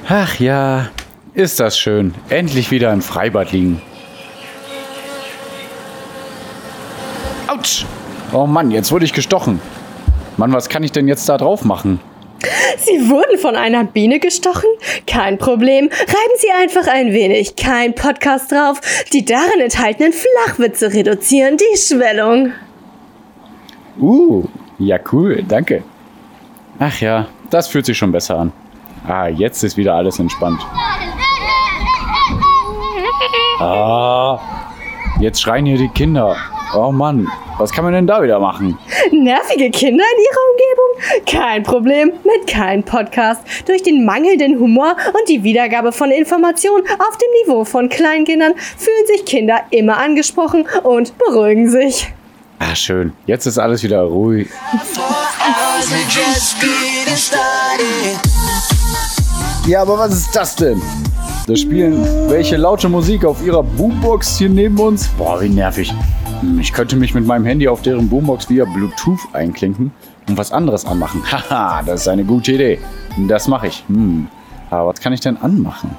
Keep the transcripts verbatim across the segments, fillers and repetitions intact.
Ach ja, ist das schön. Endlich wieder im Freibad liegen. Autsch! Oh Mann, jetzt wurde ich gestochen. Mann, was kann ich denn jetzt da drauf machen? Sie wurden von einer Biene gestochen? Kein Problem. Reiben Sie einfach ein wenig kein Podcast drauf. Die darin enthaltenen Flachwitze reduzieren die Schwellung. Uh, ja cool, danke. Ach ja, das fühlt sich schon besser an. Ah, jetzt ist wieder alles entspannt. Ah, jetzt schreien hier die Kinder. Oh Mann, was kann man denn da wieder machen? Nervige Kinder in Ihrer Umgebung? Kein Problem, mit keinem Podcast. Durch den mangelnden Humor und die Wiedergabe von Informationen auf dem Niveau von Kleinkindern fühlen sich Kinder immer angesprochen und beruhigen sich. Ah, schön. Jetzt ist alles wieder ruhig. Ja, aber was ist das denn? Da spielen welche laute Musik auf ihrer Boombox hier neben uns. Boah, wie nervig. Ich könnte mich mit meinem Handy auf deren Boombox via Bluetooth einklinken und was anderes anmachen. Haha, das ist eine gute Idee. Das mache ich. Hm. Aber was kann ich denn anmachen?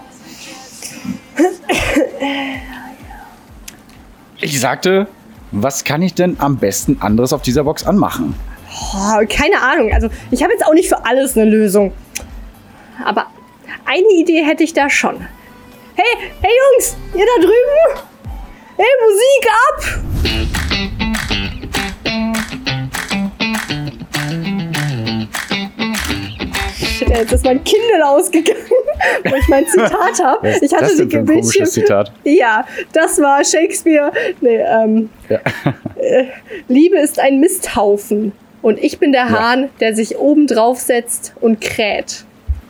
Ich sagte, was kann ich denn am besten anderes auf dieser Box anmachen? Oh, keine Ahnung. Also ich habe jetzt auch nicht für alles eine Lösung. Aber eine Idee hätte ich da schon. Hey, hey Jungs, ihr da drüben? Hey, Musik ab! Shit, jetzt ist mein Kindle ausgegangen, wo ich mein Zitat habe. Was ist ich hatte das denn für ein komisches Zitat? Ja, das war Shakespeare. Nee, ähm, ja. äh, Liebe ist ein Misthaufen und ich bin der Hahn, ja. der sich oben drauf setzt und kräht.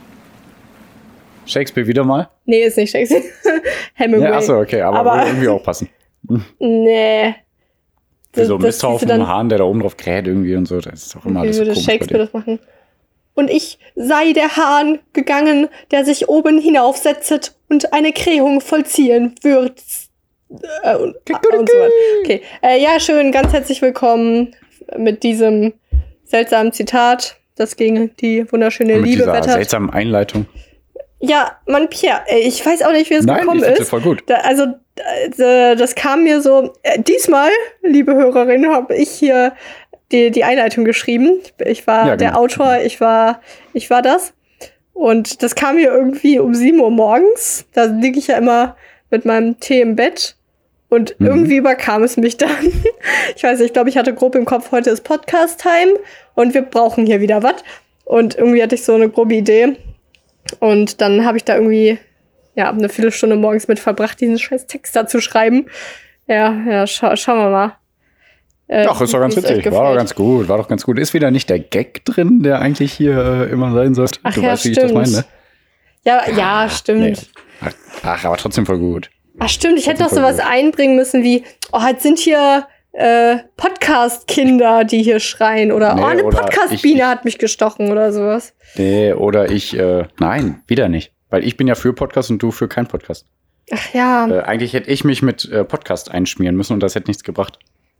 Shakespeare wieder mal? Nee, ist nicht Shakespeare. Hemingway. Ja, achso, okay, aber, aber würde irgendwie auch passen. Nee. Für so einen Misthaufen, einen Hahn, der da oben drauf kräht irgendwie und so, das ist doch immer alles so komisch. Wie würde Shakespeare das machen? Und ich sei der Hahn gegangen, der sich oben hinaufsetzet und eine Krähung vollziehen wird. Äh, und, und so weiter. Okay, äh, ja, schön, ganz herzlich willkommen mit diesem seltsamen Zitat, das gegen die wunderschöne mit Liebe dieser wettert. Seltsamen Einleitung. Ja, Mann, Pierre, ich weiß auch nicht, wie es Nein, gekommen ich ist. Das voll gut. Da, also, äh, das kam mir so, äh, diesmal, liebe Hörerin, habe ich hier die, die Einleitung geschrieben. Ich war ja, genau. der Autor, ich war, ich war das. Und das kam mir irgendwie um sieben Uhr morgens. Da liege ich ja immer mit meinem Tee im Bett. Und mhm. irgendwie überkam es mich dann. Ich weiß nicht, ich glaube, ich hatte grob im Kopf, heute ist Podcast-Time und wir brauchen hier wieder was. Und irgendwie hatte ich so eine grobe Idee. Und dann habe ich da irgendwie ja eine Viertelstunde morgens mit verbracht, diesen scheiß Text da zu schreiben. Ja, ja, scha- schauen wir mal. Äh, Ach, ist doch ganz witzig. War doch ganz gut, war doch ganz gut. Ist wieder nicht der Gag drin, der eigentlich hier äh, immer sein sollte. Ach, du ja, weißt, stimmt. wie ich das meine, ne? Ja, ja, stimmt. Nee. Ach, ach, aber trotzdem voll gut. Ach, stimmt. Ich trotzdem hätte noch sowas gut. einbringen müssen wie, oh, jetzt sind hier äh, Podcast-Kinder, die hier schreien. Oder, nee, oh, eine Podcast-Biene hat mich gestochen oder sowas. Nee, oder ich, äh, nein, wieder nicht. Weil ich bin ja für Podcast und du für kein Podcast. Ach ja. Äh, eigentlich hätte ich mich mit äh, Podcast einschmieren müssen und das hätte nichts gebracht.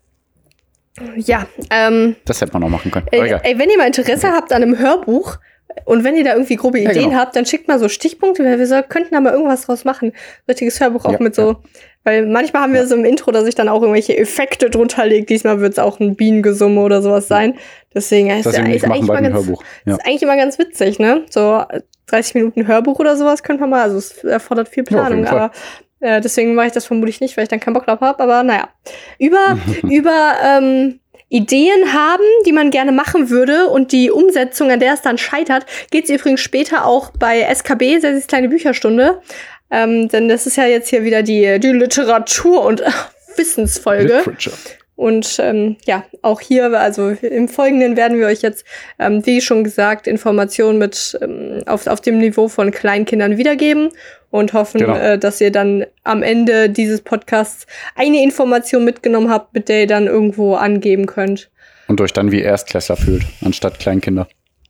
Ja, ähm. Das hätte man noch machen können. Ey, ey, wenn ihr mal Interesse okay. habt an einem Hörbuch und wenn ihr da irgendwie grobe Ideen ja, genau. habt, dann schickt mal so Stichpunkte, weil wir so, könnten da mal irgendwas draus machen. Richtiges Hörbuch auch ja, mit so, ja. weil manchmal haben wir ja. so im Intro, dass ich dann auch irgendwelche Effekte drunter lege. Diesmal wird es auch ein Bienengesumme oder sowas sein. Deswegen ist, das ja, ist, eigentlich immer ganz, Hörbuch. Ja. ist eigentlich immer ganz witzig, ne? So dreißig Minuten Hörbuch oder sowas könnte man mal, also es erfordert viel Planung, ja, aber äh, deswegen mache ich das vermutlich nicht, weil ich dann keinen Bock drauf habe, aber naja. Über, über ähm, Ideen haben, die man gerne machen würde und die Umsetzung, an der es dann scheitert, geht es übrigens später auch bei S K B, Sessis kleine Bücherstunde. Ähm, denn das ist ja jetzt hier wieder die, die Literatur- und äh, Wissensfolge. Literature. Und ähm, ja, auch hier, also im Folgenden werden wir euch jetzt, ähm, wie schon gesagt, Informationen mit ähm, auf, auf dem Niveau von Kleinkindern wiedergeben und hoffen, genau. äh, dass ihr dann am Ende dieses Podcasts eine Information mitgenommen habt, mit der ihr dann irgendwo angeben könnt. Und euch dann wie Erstklässler fühlt, anstatt Kleinkinder.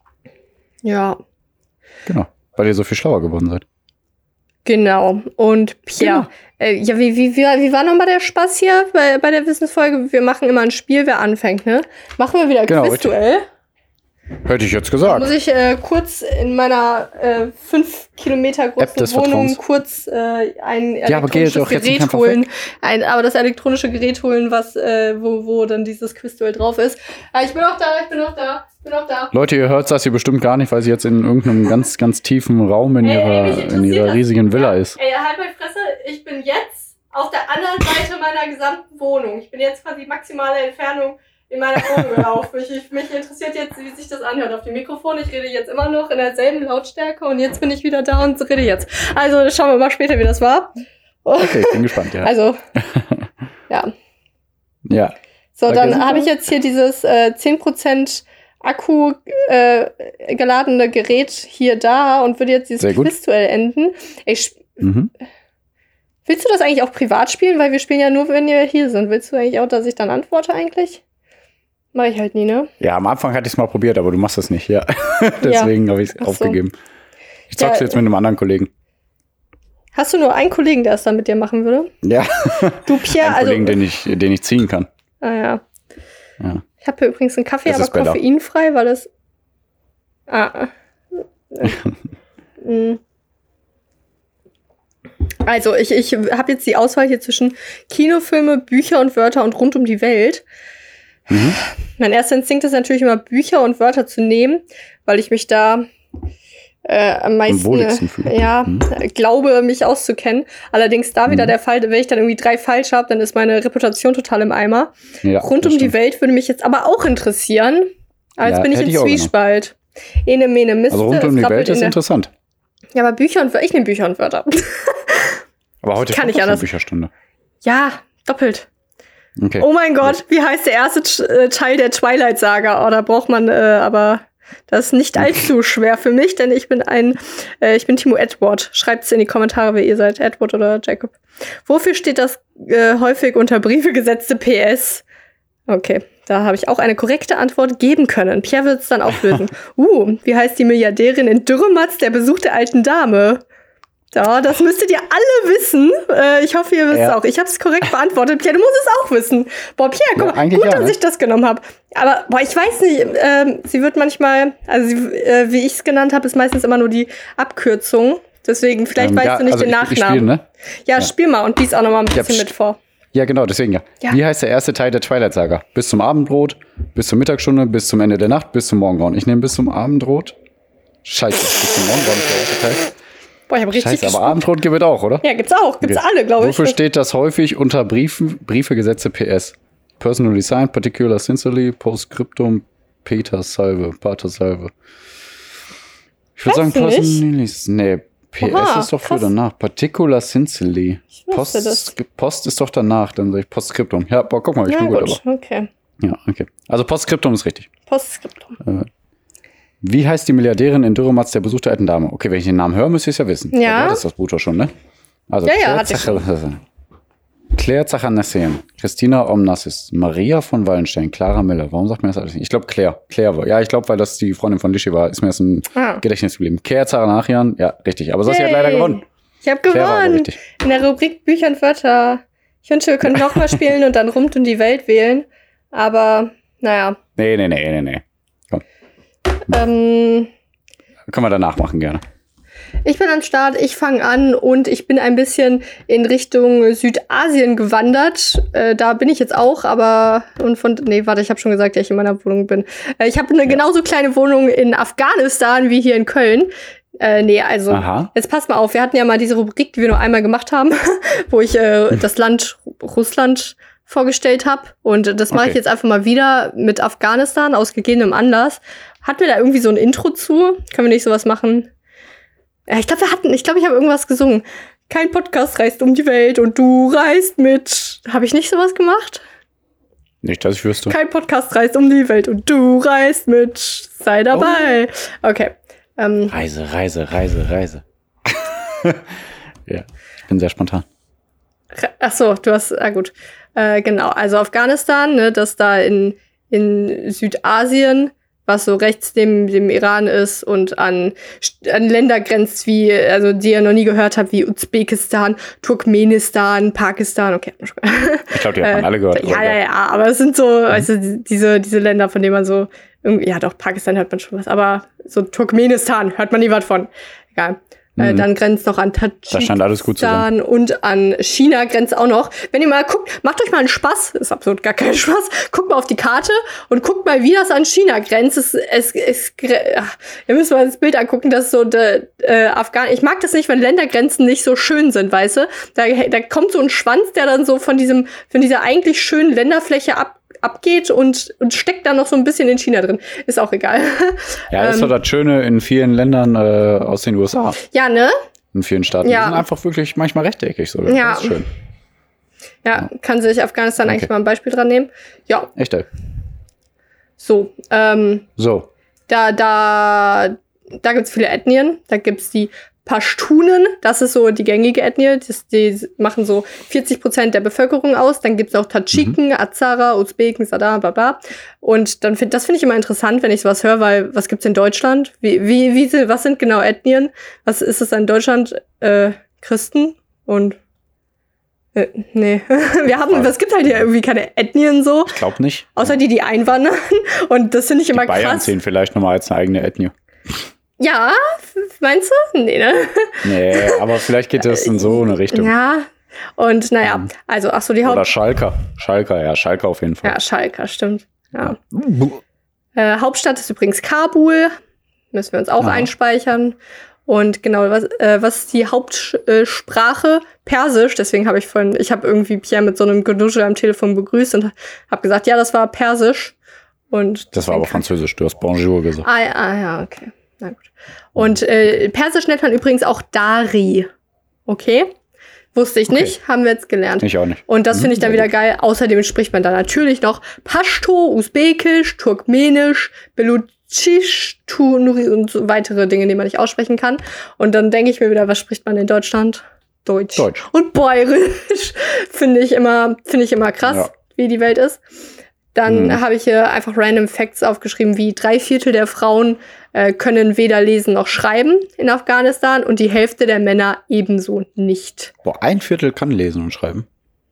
Ja. Genau, weil ihr so viel schlauer geworden seid. Genau. Und Pierre, genau. äh, ja, wie, wie, wie, wie war nochmal der Spaß hier bei, bei der Wissensfolge? Wir machen immer ein Spiel, wer anfängt, ne? Machen wir wieder genau, Quizduell? Hätte ich jetzt gesagt. Muss ich äh, kurz in meiner äh, fünf Kilometer großen Wohnung Vertrauens. kurz äh, ein Ja, aber geh elektronisches doch jetzt nicht Gerät einfach holen. Ein, aber das elektronische Gerät holen, was äh, wo, wo dann dieses Quizduell drauf ist. Ah, ich bin auch da, ich bin auch da, ich bin auch da. Leute, ihr hört das hier bestimmt gar nicht, weil sie jetzt in irgendeinem ganz, ganz tiefen Raum in Ey, ihrer, ey, mich in interessiert ihrer das. riesigen Villa Ja. ist. Ey, halt meine Fresse, ich bin jetzt auf der anderen Seite meiner gesamten Wohnung. Ich bin jetzt quasi maximale Entfernung in meiner Wohnung gelaufen. Ich, ich, mich interessiert jetzt, wie sich das anhört auf dem Mikrofon. Ich rede jetzt immer noch in derselben Lautstärke und jetzt bin ich wieder da und rede jetzt. Also schauen wir mal später, wie das war. Okay, ich bin gespannt, ja. Also, ja. Ja. So, Okay, dann super. habe ich jetzt hier dieses äh, zehn Prozent Akku äh, geladene Gerät hier da und würde jetzt dieses Sehr gut. Quizduell enden. Ich, Mhm. willst du das eigentlich auch privat spielen? Weil wir spielen ja nur, wenn wir hier sind. Willst du eigentlich auch, dass ich dann antworte eigentlich? Mach ich halt nie, ne? Ja, am Anfang hatte ich es mal probiert, aber du machst das nicht, ja. Deswegen habe ich es Ach so. aufgegeben. Ich zock's Ja, jetzt mit einem anderen Kollegen. Hast du nur einen Kollegen, der es dann mit dir machen würde? Ja, Du, Pierre, einen also. Kollegen, den ich, den ich ziehen kann. Ah, ja. Ja. Ich habe hier übrigens einen Kaffee, Das aber ist Bella. koffeinfrei, weil es. Ah. Mm. Also, ich, ich habe jetzt die Auswahl hier zwischen Kinofilme, Bücher und Wörter und rund um die Welt. Mhm. Mein erster Instinkt ist natürlich immer, Bücher und Wörter zu nehmen, weil ich mich da äh, am meisten wohligsten fühle. ja, Mhm. glaube, mich auszukennen. Allerdings da wieder Mhm. der Fall, wenn ich dann irgendwie drei falsch habe, dann ist meine Reputation total im Eimer. Ja, Rund das um die stimmt. Welt würde mich jetzt aber auch interessieren. Aber jetzt Ja, bin ich hätte im ich auch Zwiespalt. Ene, mene, Miste. Also rund es um die rappelt Welt in ist der- interessant. Ja, aber Bücher und Wörter. Ich nehme Bücher und Wörter. Aber heute Kann ist ich doch so eine anders. Bücherstunde. Ja, doppelt. Okay. Oh mein Gott, wie heißt der erste Ch- äh, Teil der Twilight-Saga? Oh, da braucht man, äh, aber das ist nicht allzu schwer für mich, denn ich bin ein, äh, ich bin Timo Edward. Schreibt's in die Kommentare, wer ihr seid, Edward oder Jacob. Wofür steht das äh, häufig unter Briefe gesetzte P S? Okay, da habe ich auch eine korrekte Antwort geben können. Pierre wird es dann auflösen. uh, wie heißt die Milliardärin in Dürrematz, der Besuch der alten Dame? Ja, das müsstet ihr alle wissen. Äh, ich hoffe, ihr wisst es Ja. auch. Ich habe es korrekt beantwortet. Pierre, du musst es auch wissen. Boah, Pierre, guck Ja, mal, eigentlich gut, ja, dass ne? ich das genommen habe. Aber, boah, ich weiß nicht, ähm, sie wird manchmal, also sie, äh, wie ich es genannt habe, ist meistens immer nur die Abkürzung. Deswegen, vielleicht Ähm, weißt ja, du nicht also den ich, ich Nachnamen. spiel, ne? Ja, Ja. spiel mal und lies auch noch mal ein Ja, bisschen pst. mit vor. Ja, genau, deswegen ja. Ja. Wie heißt der erste Teil der Twilight-Saga? Bis zum Abendrot, bis zur Mittagsstunde, bis zum Ende der Nacht, bis zum Morgengrauen. Ich nehme bis zum Abendrot. Scheiße, bis zum Morgengrauen ist der erste Teil. Boah, ich habe richtig Scheiße, aber gespuckt. Abendrot gibt es auch, oder? Ja, gibt's auch. Gibt's Okay. alle, glaube ich. Wofür steht das häufig unter Briefen, Briefe, Gesetze, P S? Personally signed, particular sincerely, Postscriptum, Peter Salve, Pater Salve. Ich würde sagen Weißt du nicht? personally, nee, P S Oha, ist doch für krass. danach. Particular sincerely. Ich wusste das. Post ist doch danach, dann sage ich Postscriptum. Ja, boah, guck mal, ich Ja, bin gut, gut, aber. okay. Ja, okay. Also Postscriptum ist richtig. Postskriptum. Wie heißt die Milliardärin in Dürrematz, der Besuch der alten Dame? Okay, wenn ich den Namen höre, müsst ihr es ja wissen. Ja. Das ist das Buch doch schon, ne? Also Ja, ja, Claire, hatte ich Zacher, Claire Zachanassian, Christina Omnassis, Maria von Wallenstein, Clara Miller. Warum sagt mir das alles nicht? Ich glaube Claire. Claire war. Ja, ich glaube, weil das die Freundin von Lischi war, ist mir das im Ah. Gedächtnis geblieben. Claire Zachanassian, ja, richtig. Aber so hast du ja leider Yay. gewonnen. Ich habe Claire war aber gewonnen. richtig. In der Rubrik Bücher und Wörter. Ich wünsche, wir können noch mal spielen und dann rund um die Welt wählen. Aber, naja. Nee, nee, nee, nee, nee. Ähm, Können wir danach machen, gerne. ich bin am Start, ich fange an und ich bin ein bisschen in Richtung Südasien gewandert. Äh, da bin ich jetzt auch, aber und von nee, warte, ich habe schon gesagt, dass ich in meiner Wohnung bin. Äh, ich habe eine genauso kleine Wohnung in Afghanistan wie hier in Köln. Äh, nee, also Aha. jetzt passt mal auf. Wir hatten ja mal diese Rubrik, die wir nur einmal gemacht haben, wo ich äh, das Land Russland vorgestellt habe. Und das mache ich Okay. jetzt einfach mal wieder mit Afghanistan aus gegebenem Anlass. Hatten wir da irgendwie so ein Intro zu? Können wir nicht sowas machen? Ja, ich glaube, wir hatten, ich glaube, ich habe irgendwas gesungen. Kein Podcast reist um die Welt und du reist mit. Habe ich nicht sowas gemacht? Nicht, dass ich wüsste. Kein Podcast reist um die Welt und du reist mit. Sei dabei. Okay. Ähm, Reise, Reise, Reise, Reise. Ja, ich bin sehr spontan. Ach so, du hast, ah gut. Äh, genau, also Afghanistan, ne, das da in, in Südasien, was so rechts dem, dem Iran ist und an, an Länder grenzt wie, also die ihr noch nie gehört habt, wie Usbekistan, Turkmenistan, Pakistan, okay. Ich glaube, die hat man alle gehört. Ja, ja, ja, aber es sind so, weißt du, diese, diese Länder, von denen man so irgendwie, ja doch, Pakistan hört man schon was, aber so Turkmenistan hört man nie was von. Egal. Äh, Mhm. dann grenzt noch an Da scheint alles gut zusammen. Tadschikistan und an China grenzt auch noch. Wenn ihr mal guckt, macht euch mal einen Spaß, ist absolut gar kein Spaß, guckt mal auf die Karte und guckt mal, wie das an China grenzt. Es, es, es, ach, ihr müsst mal das Bild angucken, das ist so de, äh, Afghan. Ich mag das nicht, wenn Ländergrenzen nicht so schön sind, weißt du? Da, da kommt so ein Schwanz, der dann so von diesem, von dieser eigentlich schönen Länderfläche ab abgeht und, und steckt da noch so ein bisschen in China drin. Ist auch egal. Ja, das ist doch das Schöne in vielen Ländern äh, aus den U S A. Ja, ne? In vielen Staaten. Ja. Die sind einfach wirklich manchmal rechteckig sogar. Ja. Das ist schön. Ja, kann sich Afghanistan Okay. eigentlich mal ein Beispiel dran nehmen. Ja, Echt, ey. so. Ähm, So. da da, da gibt es viele Ethnien. Da gibt es die Pashtunen, das ist so die gängige Ethnie, das, die machen so vierzig Prozent der Bevölkerung aus. Dann gibt es auch Tadschiken, mhm. Azara, Usbeken, Sadar, bla bla. Und dann find, das finde ich immer interessant, wenn ich sowas höre, weil was gibt's in Deutschland? Wie, wie, wie sind, was sind genau Ethnien? Was ist es in Deutschland? Äh, Christen und äh, nee. Wir haben, es gibt halt hier irgendwie keine Ethnien so. Ich glaube nicht. Außer die, die einwandern. Und das finde ich immer die Bayern krass. zählen vielleicht nochmal als eine eigene Ethnie. Ja, meinst du? Nee, ne? Nee, aber vielleicht geht das in so eine Richtung. Ja, und naja, mhm. also, ach so, die Haupt... Oder Schalker. Schalker, ja, Schalker auf jeden Fall. Ja, Schalker, stimmt. Ja. Ja. Äh, Hauptstadt ist übrigens Kabul. Müssen wir uns auch ja. einspeichern. Und genau, was, äh, was ist die Hauptsprache? Persisch. Deswegen habe ich vorhin, ich habe irgendwie Pierre mit so einem Genuschel am Telefon begrüßt und habe gesagt, ja, das war Persisch. Und das war aber Französisch, du hast Bonjour gesagt. Ah, ah ja, okay. Na gut. Und äh, Persisch nennt man übrigens auch Dari. Okay? Wusste ich okay. nicht, haben wir jetzt gelernt. Ich auch nicht. Und das mhm, finde ich dann wieder geil. Außerdem spricht man da natürlich noch Pashto, Usbekisch, Turkmenisch, Belutschisch, Tunuri und so weitere Dinge, die man nicht aussprechen kann. Und dann denke ich mir wieder, was spricht man in Deutschland? Deutsch. Deutsch. Und Bayerisch. Finde ich immer, finde ich immer krass, ja. wie die Welt ist. Dann mhm. habe ich hier einfach random Facts aufgeschrieben, wie drei Viertel der Frauen äh, können weder lesen noch schreiben in Afghanistan und die Hälfte der Männer ebenso nicht. Boah, ein Viertel kann lesen und schreiben.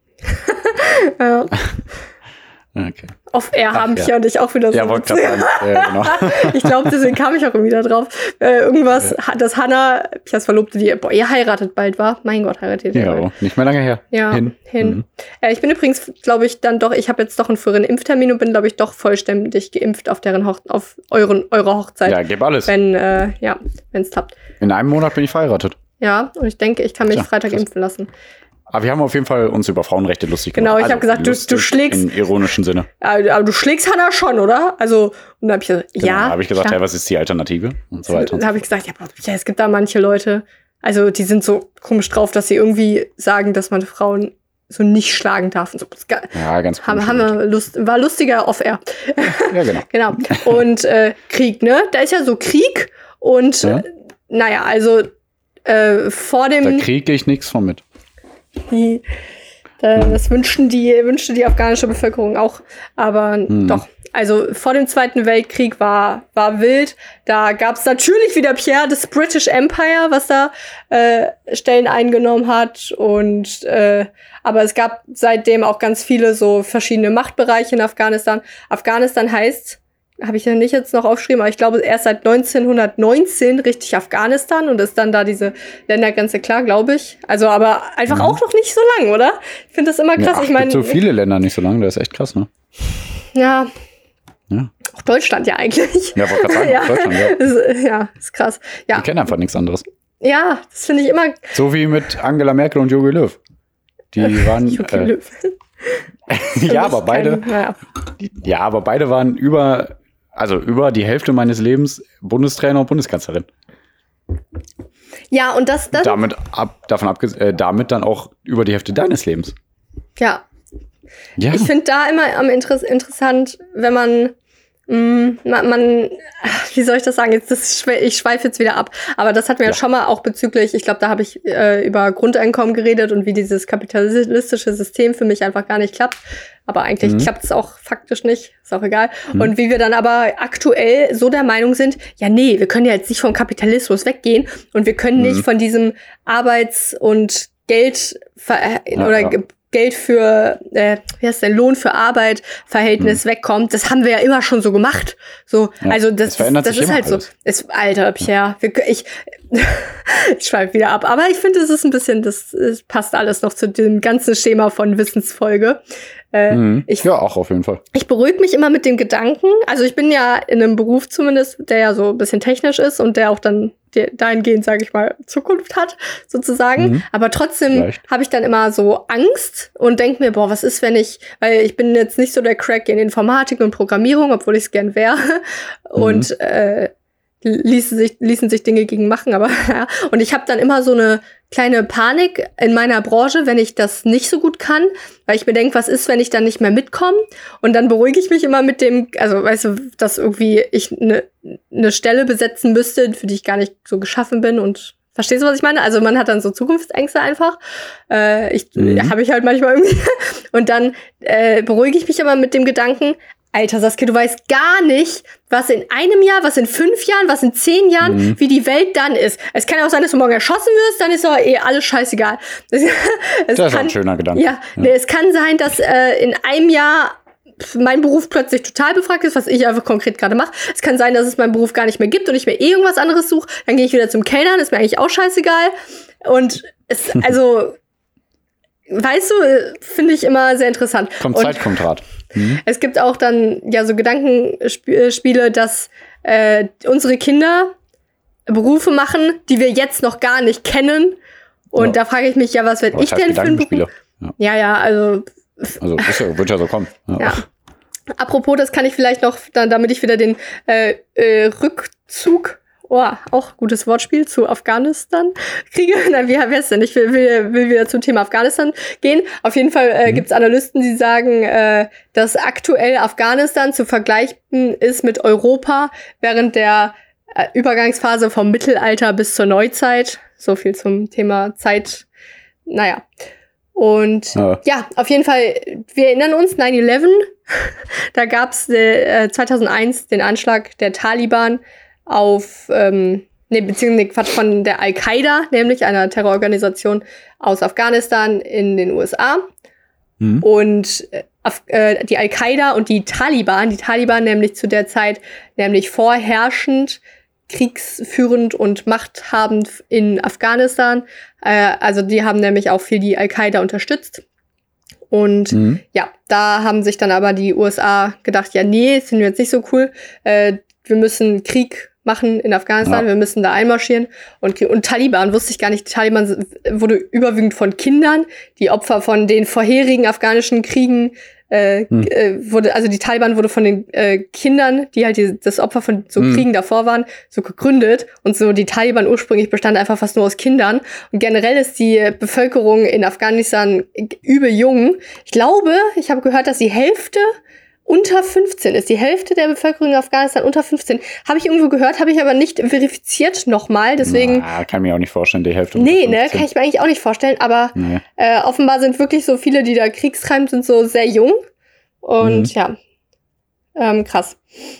Ja. Okay. Off-Air haben ja. Pia und ich auch wieder so. Ja, wollte gerade sagen. Ja, genau. Ich glaube, deswegen kam ich auch irgendwie da drauf. Äh, irgendwas, ja. dass Hannah, Pias Verlobte, die, boah, ihr heiratet bald, war? Mein Gott, heiratet ihr Ja, bald. nicht mehr lange her. Ja, hin. hin. Mhm. Äh, ich bin übrigens, glaube ich, dann doch, ich habe jetzt doch einen früheren Impftermin und bin, glaube ich, doch vollständig geimpft auf deren Hoch auf euren, eurer Hochzeit. Ja, gib alles. Wenn, äh, ja, wenn es klappt. In einem Monat bin ich verheiratet. Ja, und ich denke, ich kann mich ja, Freitag krass. impfen lassen. Aber wir haben auf jeden Fall uns über Frauenrechte lustig gemacht. Genau, ich also, habe gesagt, du, du schlägst. Im ironischen Sinne. Aber du schlägst Hannah schon, oder? Also, und dann habe ich gesagt, genau, ja. Da habe ich gesagt, klar. ja, was ist die Alternative? Und so weiter. Da habe ich gesagt, ja, ja, es gibt da manche Leute, also die sind so komisch drauf, dass sie irgendwie sagen, dass man Frauen so nicht schlagen darf. Und so. Ja, ganz haben, haben wir Lust, war lustiger off-air. Ja, genau. Genau. Und äh, Krieg, ne? Da ist ja so Krieg und ja. äh, naja, also äh, vor dem. Da kriege ich nichts von mit. Die, äh, das wünschen die, wünschte die afghanische Bevölkerung auch. Aber hm. doch. Also vor dem Zweiten Weltkrieg war, war wild. Da gab es natürlich wieder Pierre, das British Empire, was da äh, Stellen eingenommen hat. Und äh, aber es gab seitdem auch ganz viele so verschiedene Machtbereiche in Afghanistan. Afghanistan heißt, habe ich ja nicht jetzt noch aufgeschrieben, aber ich glaube erst seit neunzehnhundertneunzehn richtig Afghanistan und ist dann da diese Ländergrenze klar, glaube ich. Also aber einfach mhm. auch noch nicht so lang, oder? Ich finde das immer krass. Ja, ach, ich meine, so viele Länder nicht so lang, das ist echt krass, ne? Ja. Ja. Auch Deutschland ja eigentlich. Ja, wollte gerade sagen, ja. Deutschland, ja. Ist, ja, ist krass. Ja. Die kennen einfach nichts anderes. Ja, das finde ich immer. So wie mit Angela Merkel und Jogi Löw. Die waren. Jogi äh, Löw. ja, aber beide. Kein, ja. ja, aber beide waren über, also über die Hälfte meines Lebens Bundestrainer und Bundeskanzlerin. Ja, und das dann. Damit ab, davon abges äh, damit dann auch über die Hälfte deines Lebens. Ja. Ja. Ich finde da immer am Inter- interessant, wenn man, mh, man, man, wie soll ich das sagen? Jetzt das, ich schweife jetzt wieder ab. Aber das hatten wir ja, ja schon mal auch bezüglich, ich glaube, da habe ich äh, über Grundeinkommen geredet und wie dieses kapitalistische System für mich einfach gar nicht klappt. Aber eigentlich mhm. klappt es auch faktisch nicht, ist auch egal. Mhm. Und wie wir dann aber aktuell so der Meinung sind, ja nee, wir können ja jetzt nicht vom Kapitalismus weggehen und wir können mhm. nicht von diesem Arbeits- und Geld ver- ja, oder ja. Geld für, äh, wie heißt denn, Lohn für Arbeit, Verhältnis mhm. wegkommt. Das haben wir ja immer schon so gemacht. So, ja, also das, das, das ist halt alles. so. Ist, Alter, Pierre, wir, ich, ich schweife wieder ab. Aber ich finde, es ist ein bisschen, das, das passt alles noch zu dem ganzen Schema von Wissensfolge. Äh, mhm. ich, ja, auch auf jeden Fall. Ich beruhige mich immer mit dem Gedanken, also ich bin ja in einem Beruf zumindest, der ja so ein bisschen technisch ist und der auch dann dahingehend, sage ich mal, Zukunft hat, sozusagen. Mhm. Aber trotzdem habe ich dann immer so Angst und denke mir, boah, was ist, wenn ich, weil ich bin jetzt nicht so der Crack in Informatik und Programmierung, obwohl ich es gern wäre. Mhm. Und äh, ließen sich, ließen sich Dinge gegen machen, aber ja. Und ich habe dann immer so eine kleine Panik in meiner Branche, wenn ich das nicht so gut kann, weil ich mir denke, was ist, wenn ich dann nicht mehr mitkomme? Und dann beruhige ich mich immer mit dem, also weißt du, dass irgendwie ich eine ne Stelle besetzen müsste, für die ich gar nicht so geschaffen bin und verstehst du, was ich meine? Also man hat dann so Zukunftsängste einfach. Äh, ich mhm. habe ich halt manchmal irgendwie. Und dann äh, beruhige ich mich immer mit dem Gedanken, Alter, Saskia, du weißt gar nicht, was in einem Jahr, was in fünf Jahren, was in zehn Jahren, mhm. wie die Welt dann ist. Es kann ja auch sein, dass du morgen erschossen wirst, dann ist doch eh alles scheißegal. Es, es das ist kann, ein schöner Gedanke. Ja, ja. Nee, es kann sein, dass äh, in einem Jahr mein Beruf plötzlich total befragt ist, was ich einfach konkret gerade mache. Es kann sein, dass es meinen Beruf gar nicht mehr gibt und ich mir eh irgendwas anderes suche. Dann gehe ich wieder zum Kellnern, ist mir eigentlich auch scheißegal. Und es, also, weißt du, finde ich immer sehr interessant. Kommt Zeit, kommt Rat. Mhm. Es gibt auch dann ja so Gedankenspiele, dass äh, unsere Kinder Berufe machen, die wir jetzt noch gar nicht kennen. Und ja. da frage ich mich ja, was werde ich denn für ein Beruf? Ja. ja, ja, also. Also das wird ja so kommen. Ja. ja. Apropos, das kann ich vielleicht noch, dann, damit ich wieder den äh, äh, Rückzug, oh, auch gutes Wortspiel, zu Afghanistan kriege. Na, wie heißt denn? Ich will, will, will wieder zum Thema Afghanistan gehen. Auf jeden Fall äh, mhm. gibt es Analysten, die sagen, äh, dass aktuell Afghanistan zu vergleichen ist mit Europa während der äh, Übergangsphase vom Mittelalter bis zur Neuzeit. So viel zum Thema Zeit. Naja. Und ja. ja, auf jeden Fall, wir erinnern uns, nine eleven, da gab es äh, zweitausendeins den Anschlag der Taliban auf, ähm, ne, beziehungsweise Quatsch, von der Al-Qaida, nämlich einer Terrororganisation aus Afghanistan in den U S A. Mhm. Und äh, die Al-Qaida und die Taliban, die Taliban nämlich zu der Zeit nämlich vorherrschend, kriegsführend und machthabend in Afghanistan. Äh, also die haben nämlich auch viel die Al-Qaida unterstützt. Und mhm. ja, da haben sich dann aber die U S A gedacht, ja nee, das finden wir jetzt nicht so cool. Äh, wir müssen Krieg machen in Afghanistan, ja. wir müssen da einmarschieren. Und, und Taliban, wusste ich gar nicht, Taliban wurde überwiegend von Kindern, die Opfer von den vorherigen afghanischen Kriegen Äh, hm. äh, wurde, also die Taliban wurde von den äh, Kindern, die halt die, das Opfer von so hm. Kriegen davor waren, so gegründet. Und so die Taliban ursprünglich bestand einfach fast nur aus Kindern. Und generell ist die Bevölkerung in Afghanistan übel jung. Ich glaube, ich habe gehört, dass die Hälfte unter fünfzehn ist. Die Hälfte der Bevölkerung in Afghanistan unter fünfzehn. Habe ich irgendwo gehört, habe ich aber nicht verifiziert nochmal. Deswegen. Na, kann ich mir auch nicht vorstellen, die Hälfte. Nee, ne, kann ich mir eigentlich auch nicht vorstellen. Aber nee. äh, offenbar sind wirklich so viele, die da kriegstreibend sind, so sehr jung. Und mhm. ja, ähm, krass.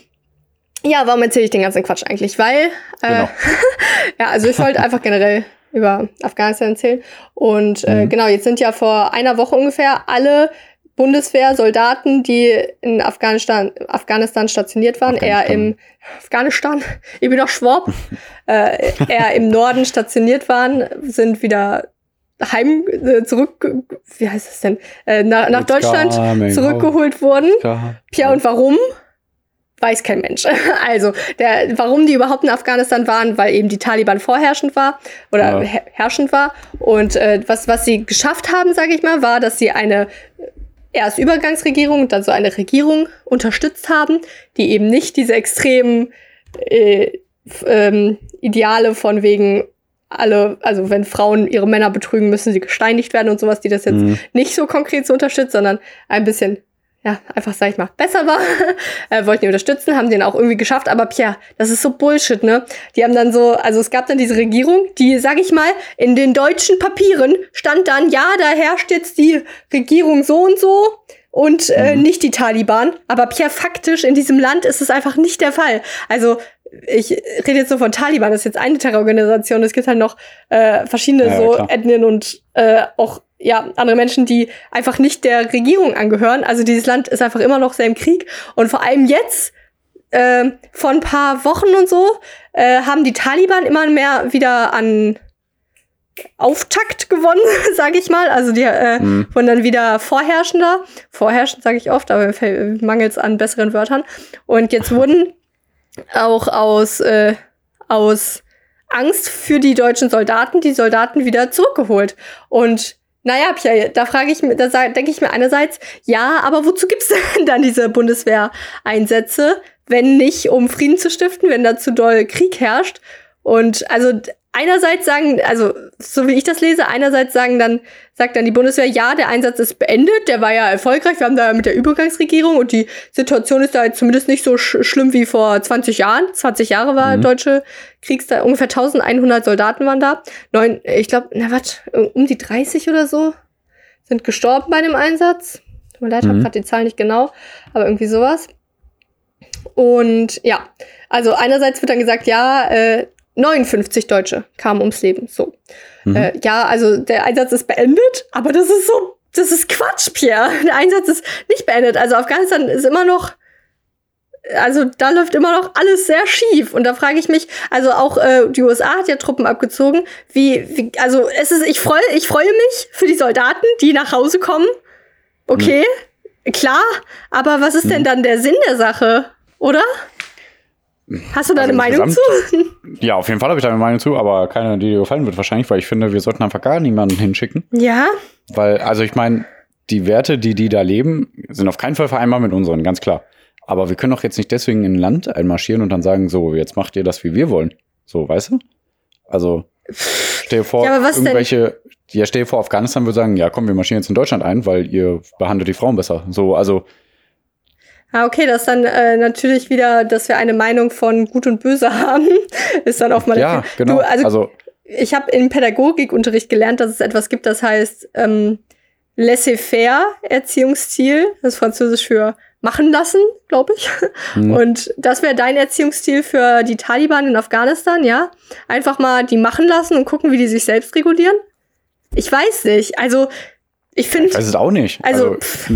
Ja, warum erzähle ich den ganzen Quatsch eigentlich? Weil, äh, genau. ja, also ich wollte einfach generell über Afghanistan erzählen. Und äh, mhm. genau, jetzt sind ja vor einer Woche ungefähr alle Bundeswehrsoldaten, die in Afghanistan, Afghanistan stationiert waren, eher im Afghanistan, ich bin doch Schwab, äh, eher im Norden stationiert waren, sind wieder heim äh, zurück, wie heißt das denn, äh, nach, nach Deutschland zurückgeholt worden. Ja, und warum? Weiß kein Mensch. Also, der, warum die überhaupt in Afghanistan waren, weil eben die Taliban vorherrschend war oder ja. herrschend war. Und äh, was, was sie geschafft haben, sage ich mal, war, dass sie eine erst Übergangsregierung und dann so eine Regierung unterstützt haben, die eben nicht diese extremen äh, ähm, Ideale von wegen alle, also wenn Frauen ihre Männer betrügen, müssen sie gesteinigt werden und sowas, die das jetzt mhm. nicht so konkret so unterstützt, sondern ein bisschen, ja, einfach, sag ich mal, besser war, äh, wollten die unterstützen, haben den auch irgendwie geschafft, aber Pia, das ist so Bullshit, ne? Die haben dann so, also es gab dann diese Regierung, die, sag ich mal, in den deutschen Papieren stand dann, ja, da herrscht jetzt die Regierung so und so und äh, mhm. nicht die Taliban, aber Pia, faktisch in diesem Land ist es einfach nicht der Fall. Also ich rede jetzt so von Taliban, das ist jetzt eine Terrororganisation, es gibt halt noch äh, verschiedene ja, so klar. Ethnien und äh, auch ja andere Menschen, die einfach nicht der Regierung angehören. Also dieses Land ist einfach immer noch sehr im Krieg und vor allem jetzt äh, vor ein paar Wochen und so äh, haben die Taliban immer mehr wieder an Auftakt gewonnen, sage ich mal. Also die äh, mhm. wurden dann wieder vorherrschender. Vorherrschend sage ich oft, aber mangels an besseren Wörtern. Und jetzt wurden auch aus, äh, aus Angst für die deutschen Soldaten die Soldaten wieder zurückgeholt. Und naja, Pierre, da frage ich mir, da denke ich mir einerseits, ja, aber wozu gibt's denn dann diese Bundeswehreinsätze, wenn nicht, um Frieden zu stiften, wenn da zu doll Krieg herrscht? Und also einerseits sagen, also so wie ich das lese, einerseits sagen dann, sagt dann die Bundeswehr, ja, der Einsatz ist beendet, der war ja erfolgreich, wir haben da mit der Übergangsregierung und die Situation ist da jetzt zumindest nicht so sch- schlimm wie vor zwanzig Jahren. zwanzig Jahre war mhm. deutsche Kriegszeit, ungefähr eintausendeinhundert Soldaten waren da. Neun, ich glaube, na was, um die dreißig oder so sind gestorben bei dem Einsatz. Tut mir leid, mhm. habe gerade die Zahl nicht genau, aber irgendwie sowas. Und ja, also einerseits wird dann gesagt, ja, äh, neunundfünfzig Deutsche kamen ums Leben. So. Mhm. Äh, ja, also der Einsatz ist beendet, aber das ist so, das ist Quatsch, Pierre. Der Einsatz ist nicht beendet. Also Afghanistan ist immer noch, also da läuft immer noch alles sehr schief. Und da frage ich mich, also auch äh, die U S A hat ja Truppen abgezogen. Wie, wie also es ist, ich freue, ich freue mich für die Soldaten, die nach Hause kommen. Okay, mhm. klar. Aber was ist mhm. denn dann der Sinn der Sache, oder? Hast du da also eine Meinung zu? Ja, auf jeden Fall habe ich da eine Meinung zu, aber keine, die dir gefallen wird wahrscheinlich, weil ich finde, wir sollten einfach gar niemanden hinschicken. Ja. Weil, also ich meine, die Werte, die die da leben, sind auf keinen Fall vereinbar mit unseren, ganz klar. Aber wir können doch jetzt nicht deswegen in ein Land einmarschieren und dann sagen, so, jetzt macht ihr das, wie wir wollen. So, weißt du? Also, stell dir vor, ja, aber was irgendwelche, denn? Ja, stell dir vor, Afghanistan würde sagen, ja, komm, wir marschieren jetzt in Deutschland ein, weil ihr behandelt die Frauen besser. So, also Ah, okay, das ist dann äh, natürlich wieder, dass wir eine Meinung von Gut und Böse haben, ist dann auch mal ja, genau. Du, also, also ich habe im Pädagogikunterricht gelernt, dass es etwas gibt, das heißt ähm, laissez-faire Erziehungsstil, das ist Französisch für machen lassen, glaube ich. Mhm. Und das wäre dein Erziehungsstil für die Taliban in Afghanistan, ja? Einfach mal die machen lassen und gucken, wie die sich selbst regulieren? Ich weiß nicht. Also, ich finde. Ich weiß es auch nicht. Also, also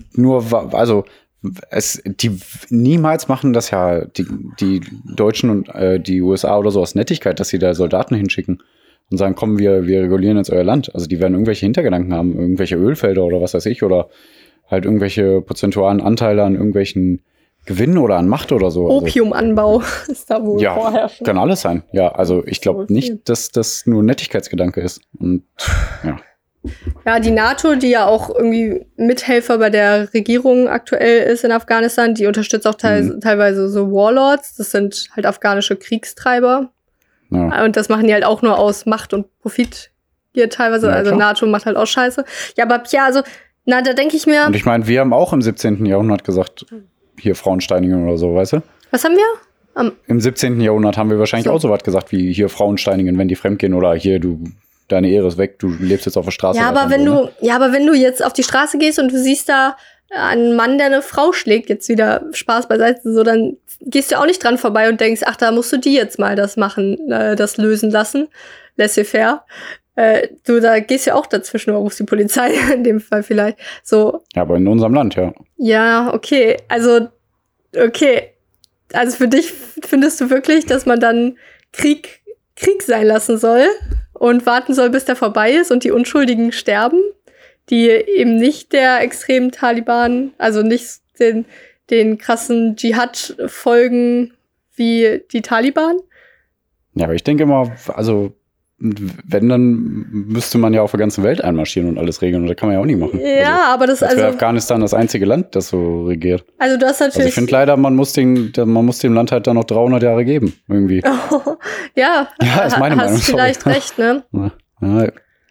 nur, also Es, die niemals machen das ja die, die Deutschen und äh, die U S A oder so aus Nettigkeit, dass sie da Soldaten hinschicken und sagen, komm, wir, wir regulieren jetzt euer Land. Also die werden irgendwelche Hintergedanken haben, irgendwelche Ölfelder oder was weiß ich oder halt irgendwelche prozentualen Anteile an irgendwelchen Gewinnen oder an Macht oder so. Opiumanbau ist da wohl ja, vorherrschend. Kann alles sein. Ja, also ich glaube nicht, dass das nur ein Nettigkeitsgedanke ist. Und ja. Ja, die NATO, die ja auch irgendwie Mithelfer bei der Regierung aktuell ist in Afghanistan, die unterstützt auch te- mhm. teilweise so Warlords. Das sind halt afghanische Kriegstreiber. Ja. Und das machen die halt auch nur aus Macht und Profit hier teilweise. Ja, also klar. NATO macht halt auch Scheiße. Ja, aber ja, also, na, da denke ich mir. Und ich meine, wir haben auch im siebzehnten Jahrhundert gesagt, hier Frauensteinigen oder so, weißt du? Was haben wir? Um, Im siebzehnten Jahrhundert haben wir wahrscheinlich so. auch so was gesagt, wie hier Frauensteinigen, wenn die fremdgehen oder hier, du. Deine Ehre ist weg, du lebst jetzt auf der Straße. Ja, aber wenn so, du, ne? ja, aber wenn du jetzt auf die Straße gehst und du siehst da einen Mann, der eine Frau schlägt, jetzt wieder Spaß beiseite, so, dann gehst du auch nicht dran vorbei und denkst, ach, da musst du die jetzt mal das machen, äh, das lösen lassen, laissez-faire. Äh, du, da gehst ja auch dazwischen, oder rufst die Polizei in dem Fall vielleicht. So. Ja, aber in unserem Land, ja. Ja, okay, also, okay. Also für dich findest du wirklich, dass man dann Krieg, Krieg sein lassen soll? Und warten soll, bis der vorbei ist und die Unschuldigen sterben, die eben nicht der extremen Taliban, also nicht den, den krassen Dschihad folgen wie die Taliban. Ja, aber ich denke immer, also wenn, dann müsste man ja auf der ganzen Welt einmarschieren und alles regeln und das kann man ja auch nicht machen. Ja, also, aber das also also Afghanistan das einzige Land, das so regiert. Also du hast natürlich. Also ich finde leider, man muss den, man muss dem Land halt dann noch dreihundert Jahre geben, irgendwie. Oh, ja, ja, ist meine hast Meinung. Hast vielleicht sorry. recht, ne? Ja,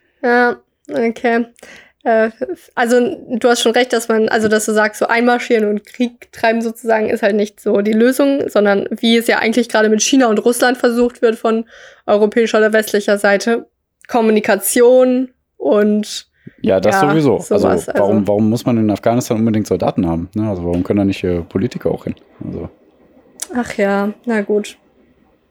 ja okay. Äh, also du hast schon recht, dass man, also dass du sagst, so einmarschieren und Krieg treiben sozusagen ist halt nicht so die Lösung, sondern wie es ja eigentlich gerade mit China und Russland versucht wird von europäischer oder westlicher Seite, Kommunikation und ja, das ja, sowieso. Sowas, also warum, also. warum muss man in Afghanistan unbedingt Soldaten haben? Ne? Also warum können da nicht äh, Politiker auch hin? Also. Ach ja, na gut.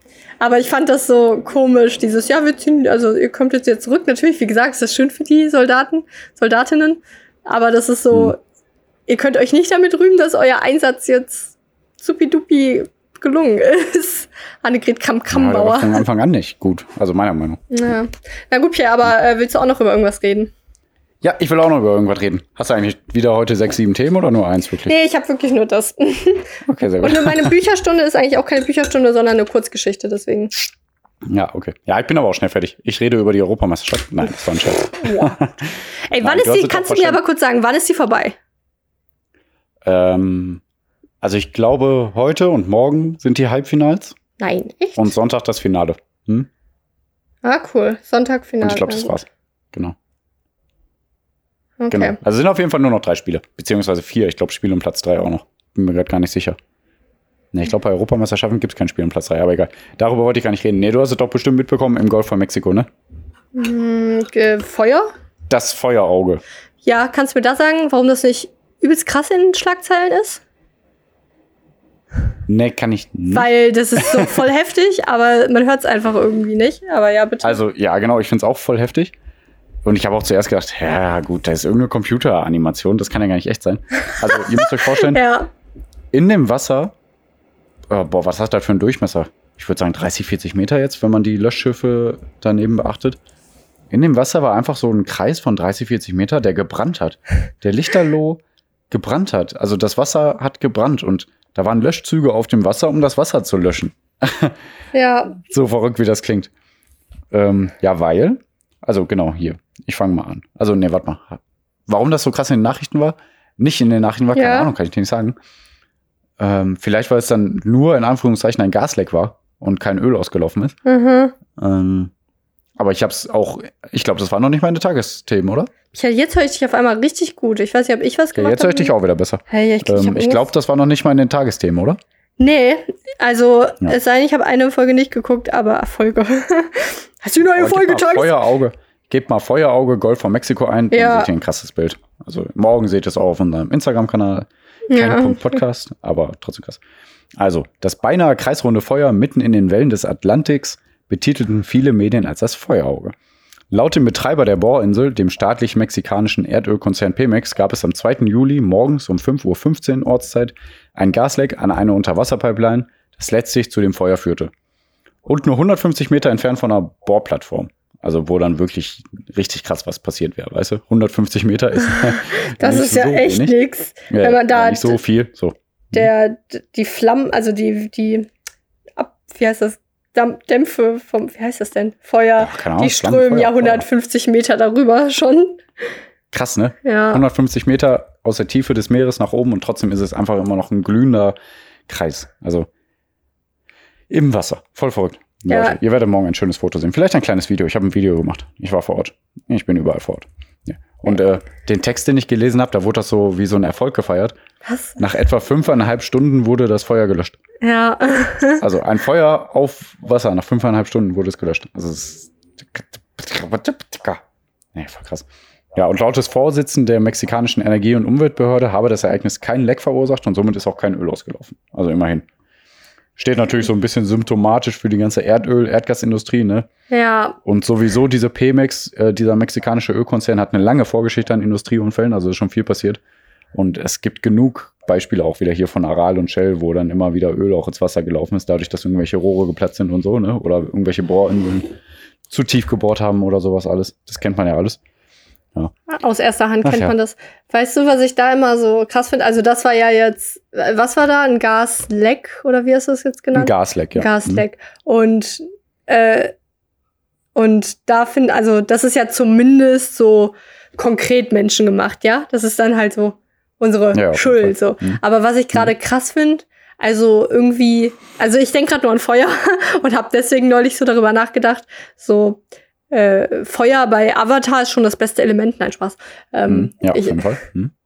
Aber ich fand das so komisch, dieses, ja, wir ziehen, also ihr kommt jetzt jetzt zurück. Natürlich, wie gesagt, ist das schön für die Soldaten, Soldatinnen. Aber das ist so, hm. ihr könnt euch nicht damit rühmen, dass euer Einsatz jetzt supidupi gelungen ist. Annegret Kramp-Karrenbauer. Ja, von Anfang an nicht gut, also meiner Meinung. Ja. Na gut, Pierre, aber äh, willst du auch noch über irgendwas reden? Ja, ich will auch noch über irgendwas reden. Hast du eigentlich wieder heute sechs, sieben Themen oder nur eins wirklich? Nee, ich habe wirklich nur das. Okay, sehr gut. Und meine Bücherstunde ist eigentlich auch keine Bücherstunde, sondern eine Kurzgeschichte, deswegen. Ja, okay. Ja, ich bin aber auch schnell fertig. Ich rede über die Europameisterschaft. Nein, das war ein Scherz. Wow. Ey, wann Nein, ist die, kannst du mir aber kurz sagen, wann ist die vorbei? Ähm, also ich glaube, heute und morgen sind die Halbfinals. Nein, echt? Und Sonntag das Finale. Hm? Ah, cool. Sonntag Finale. Und ich glaube, das war's. Genau. Okay. Genau. Also sind auf jeden Fall nur noch drei Spiele. Beziehungsweise vier. Ich glaube, Spiel um Platz drei auch noch. Bin mir gerade gar nicht sicher. Ne, ich glaube, bei Europameisterschaften gibt es kein Spiel um Platz drei, aber egal. Darüber wollte ich gar nicht reden. Nee, du hast es doch bestimmt mitbekommen im Golf von Mexiko, ne? Hm, äh, Feuer? Das Feuerauge. Ja, kannst du mir da sagen, warum das nicht übelst krass in den Schlagzeilen ist? Nee, kann ich nicht. Weil das ist so voll heftig, aber man hört es einfach irgendwie nicht. Aber ja, bitte. Also, ja, genau, ich finde es auch voll heftig. Und ich habe auch zuerst gedacht, ja gut, da ist irgendeine Computeranimation, das kann ja gar nicht echt sein. Also, ihr müsst euch vorstellen, ja. in dem Wasser, oh, boah, was hast du da für einen Durchmesser? Ich würde sagen dreißig, vierzig Meter jetzt, wenn man die Löschschiffe daneben beachtet. In dem Wasser war einfach so ein Kreis von dreißig, vierzig Meter, der gebrannt hat. Der lichterloh gebrannt hat. Also das Wasser hat gebrannt und da waren Löschzüge auf dem Wasser, um das Wasser zu löschen. Ja. So verrückt, wie das klingt. Ähm, ja, weil, also genau, hier, ich fange mal an. Also, nee, warte mal. Warum das so krass in den Nachrichten war? Nicht in den Nachrichten war, keine ja. Ahnung, kann ich dir nicht sagen. Ähm, vielleicht, weil es dann nur in Anführungszeichen ein Gasleck war und kein Öl ausgelaufen ist. Mhm. Ähm, aber ich hab's auch, ich glaube, das war noch nicht meine Tagesthemen, oder? Ja, jetzt höre ich dich auf einmal richtig gut. Ich weiß nicht, ob ich was gemacht habe. Ja, jetzt höre ich dich auch wieder besser. Hey, ich ähm, ich glaube, das war noch nicht mal in den Tagesthemen, oder? Nee, also ja. es sei denn, ich habe eine Folge nicht geguckt, aber Folge. Hast du eine neue Folge, Tags? Feuerauge. Gebt mal Feuerauge Golf von Mexiko ein, dann ja. seht ihr ein krasses Bild. Also morgen seht ihr es auch auf unserem Instagram-Kanal. Kein ja. Punkt Podcast, aber trotzdem krass. Also, das beinahe kreisrunde Feuer mitten in den Wellen des Atlantiks betitelten viele Medien als das Feuerauge. Laut dem Betreiber der Bohrinsel, dem staatlich mexikanischen Erdölkonzern Pemex, gab es am zweiten Juli morgens um fünf Uhr fünfzehn Ortszeit ein Gasleck an einer Unterwasserpipeline, das letztlich zu dem Feuer führte. Und nur hundertfünfzig Meter entfernt von einer Bohrplattform. Also wo dann wirklich richtig krass was passiert wäre, weißt du? hundertfünfzig Meter ist das ist ja so echt wenig. Nix. Ja, wenn man da ja, nicht so viel. So. Der, die Flammen, also die, die, ab, wie heißt das? Dämpfe vom, wie heißt das denn? Feuer, oh, Ahnung, die strömen ja hundertfünfzig Meter darüber schon. Krass, ne? Ja. hundertfünfzig Meter aus der Tiefe des Meeres nach oben und trotzdem ist es einfach immer noch ein glühender Kreis. Also im Wasser. Voll verrückt. Ja. Leute, ihr werdet morgen ein schönes Foto sehen. Vielleicht ein kleines Video. Ich habe ein Video gemacht. Ich war vor Ort. Ich bin überall vor Ort. Ja. Und äh, den Text, den ich gelesen habe, da wurde das so wie so ein Erfolg gefeiert. Was? Nach etwa fünfeinhalb Stunden wurde das Feuer gelöscht. Ja. Also ein Feuer auf Wasser. Nach fünfeinhalb Stunden wurde es gelöscht. Also es ist nee, voll krass. Ja, und laut des Vorsitzenden der mexikanischen Energie- und Umweltbehörde habe das Ereignis kein Leck verursacht und somit ist auch kein Öl ausgelaufen. Also immerhin. Steht natürlich so ein bisschen symptomatisch für die ganze Erdöl-, Erdgasindustrie, ne? Ja. Und sowieso diese Pemex, äh, dieser mexikanische Ölkonzern, hat eine lange Vorgeschichte an Industrieunfällen, also ist schon viel passiert. Und es gibt genug Beispiele auch wieder hier von Aral und Shell, wo dann immer wieder Öl auch ins Wasser gelaufen ist, dadurch, dass irgendwelche Rohre geplatzt sind und so, ne? Oder irgendwelche Bohrinseln zu tief gebohrt haben oder sowas alles. Das kennt man ja alles. Ja. Aus erster Hand Ach, kennt ja. man das. Weißt du, was ich da immer so krass finde? Also das war ja jetzt, was war da? Ein Gasleck oder wie hast du das jetzt genannt? Ein Gasleck, ja. Gasleck. Mhm. Und äh, und da finde, also das ist ja zumindest so konkret menschengemacht, ja? Das ist dann halt so unsere ja, Schuld. So. Mhm. Aber was ich gerade mhm. krass finde, also irgendwie, also ich denke gerade nur an Feuer und habe deswegen neulich so darüber nachgedacht, so Äh, Feuer bei Avatar ist schon das beste Element. Nein, Spaß. Ähm, ja, auf ich, jeden Fall. Hm.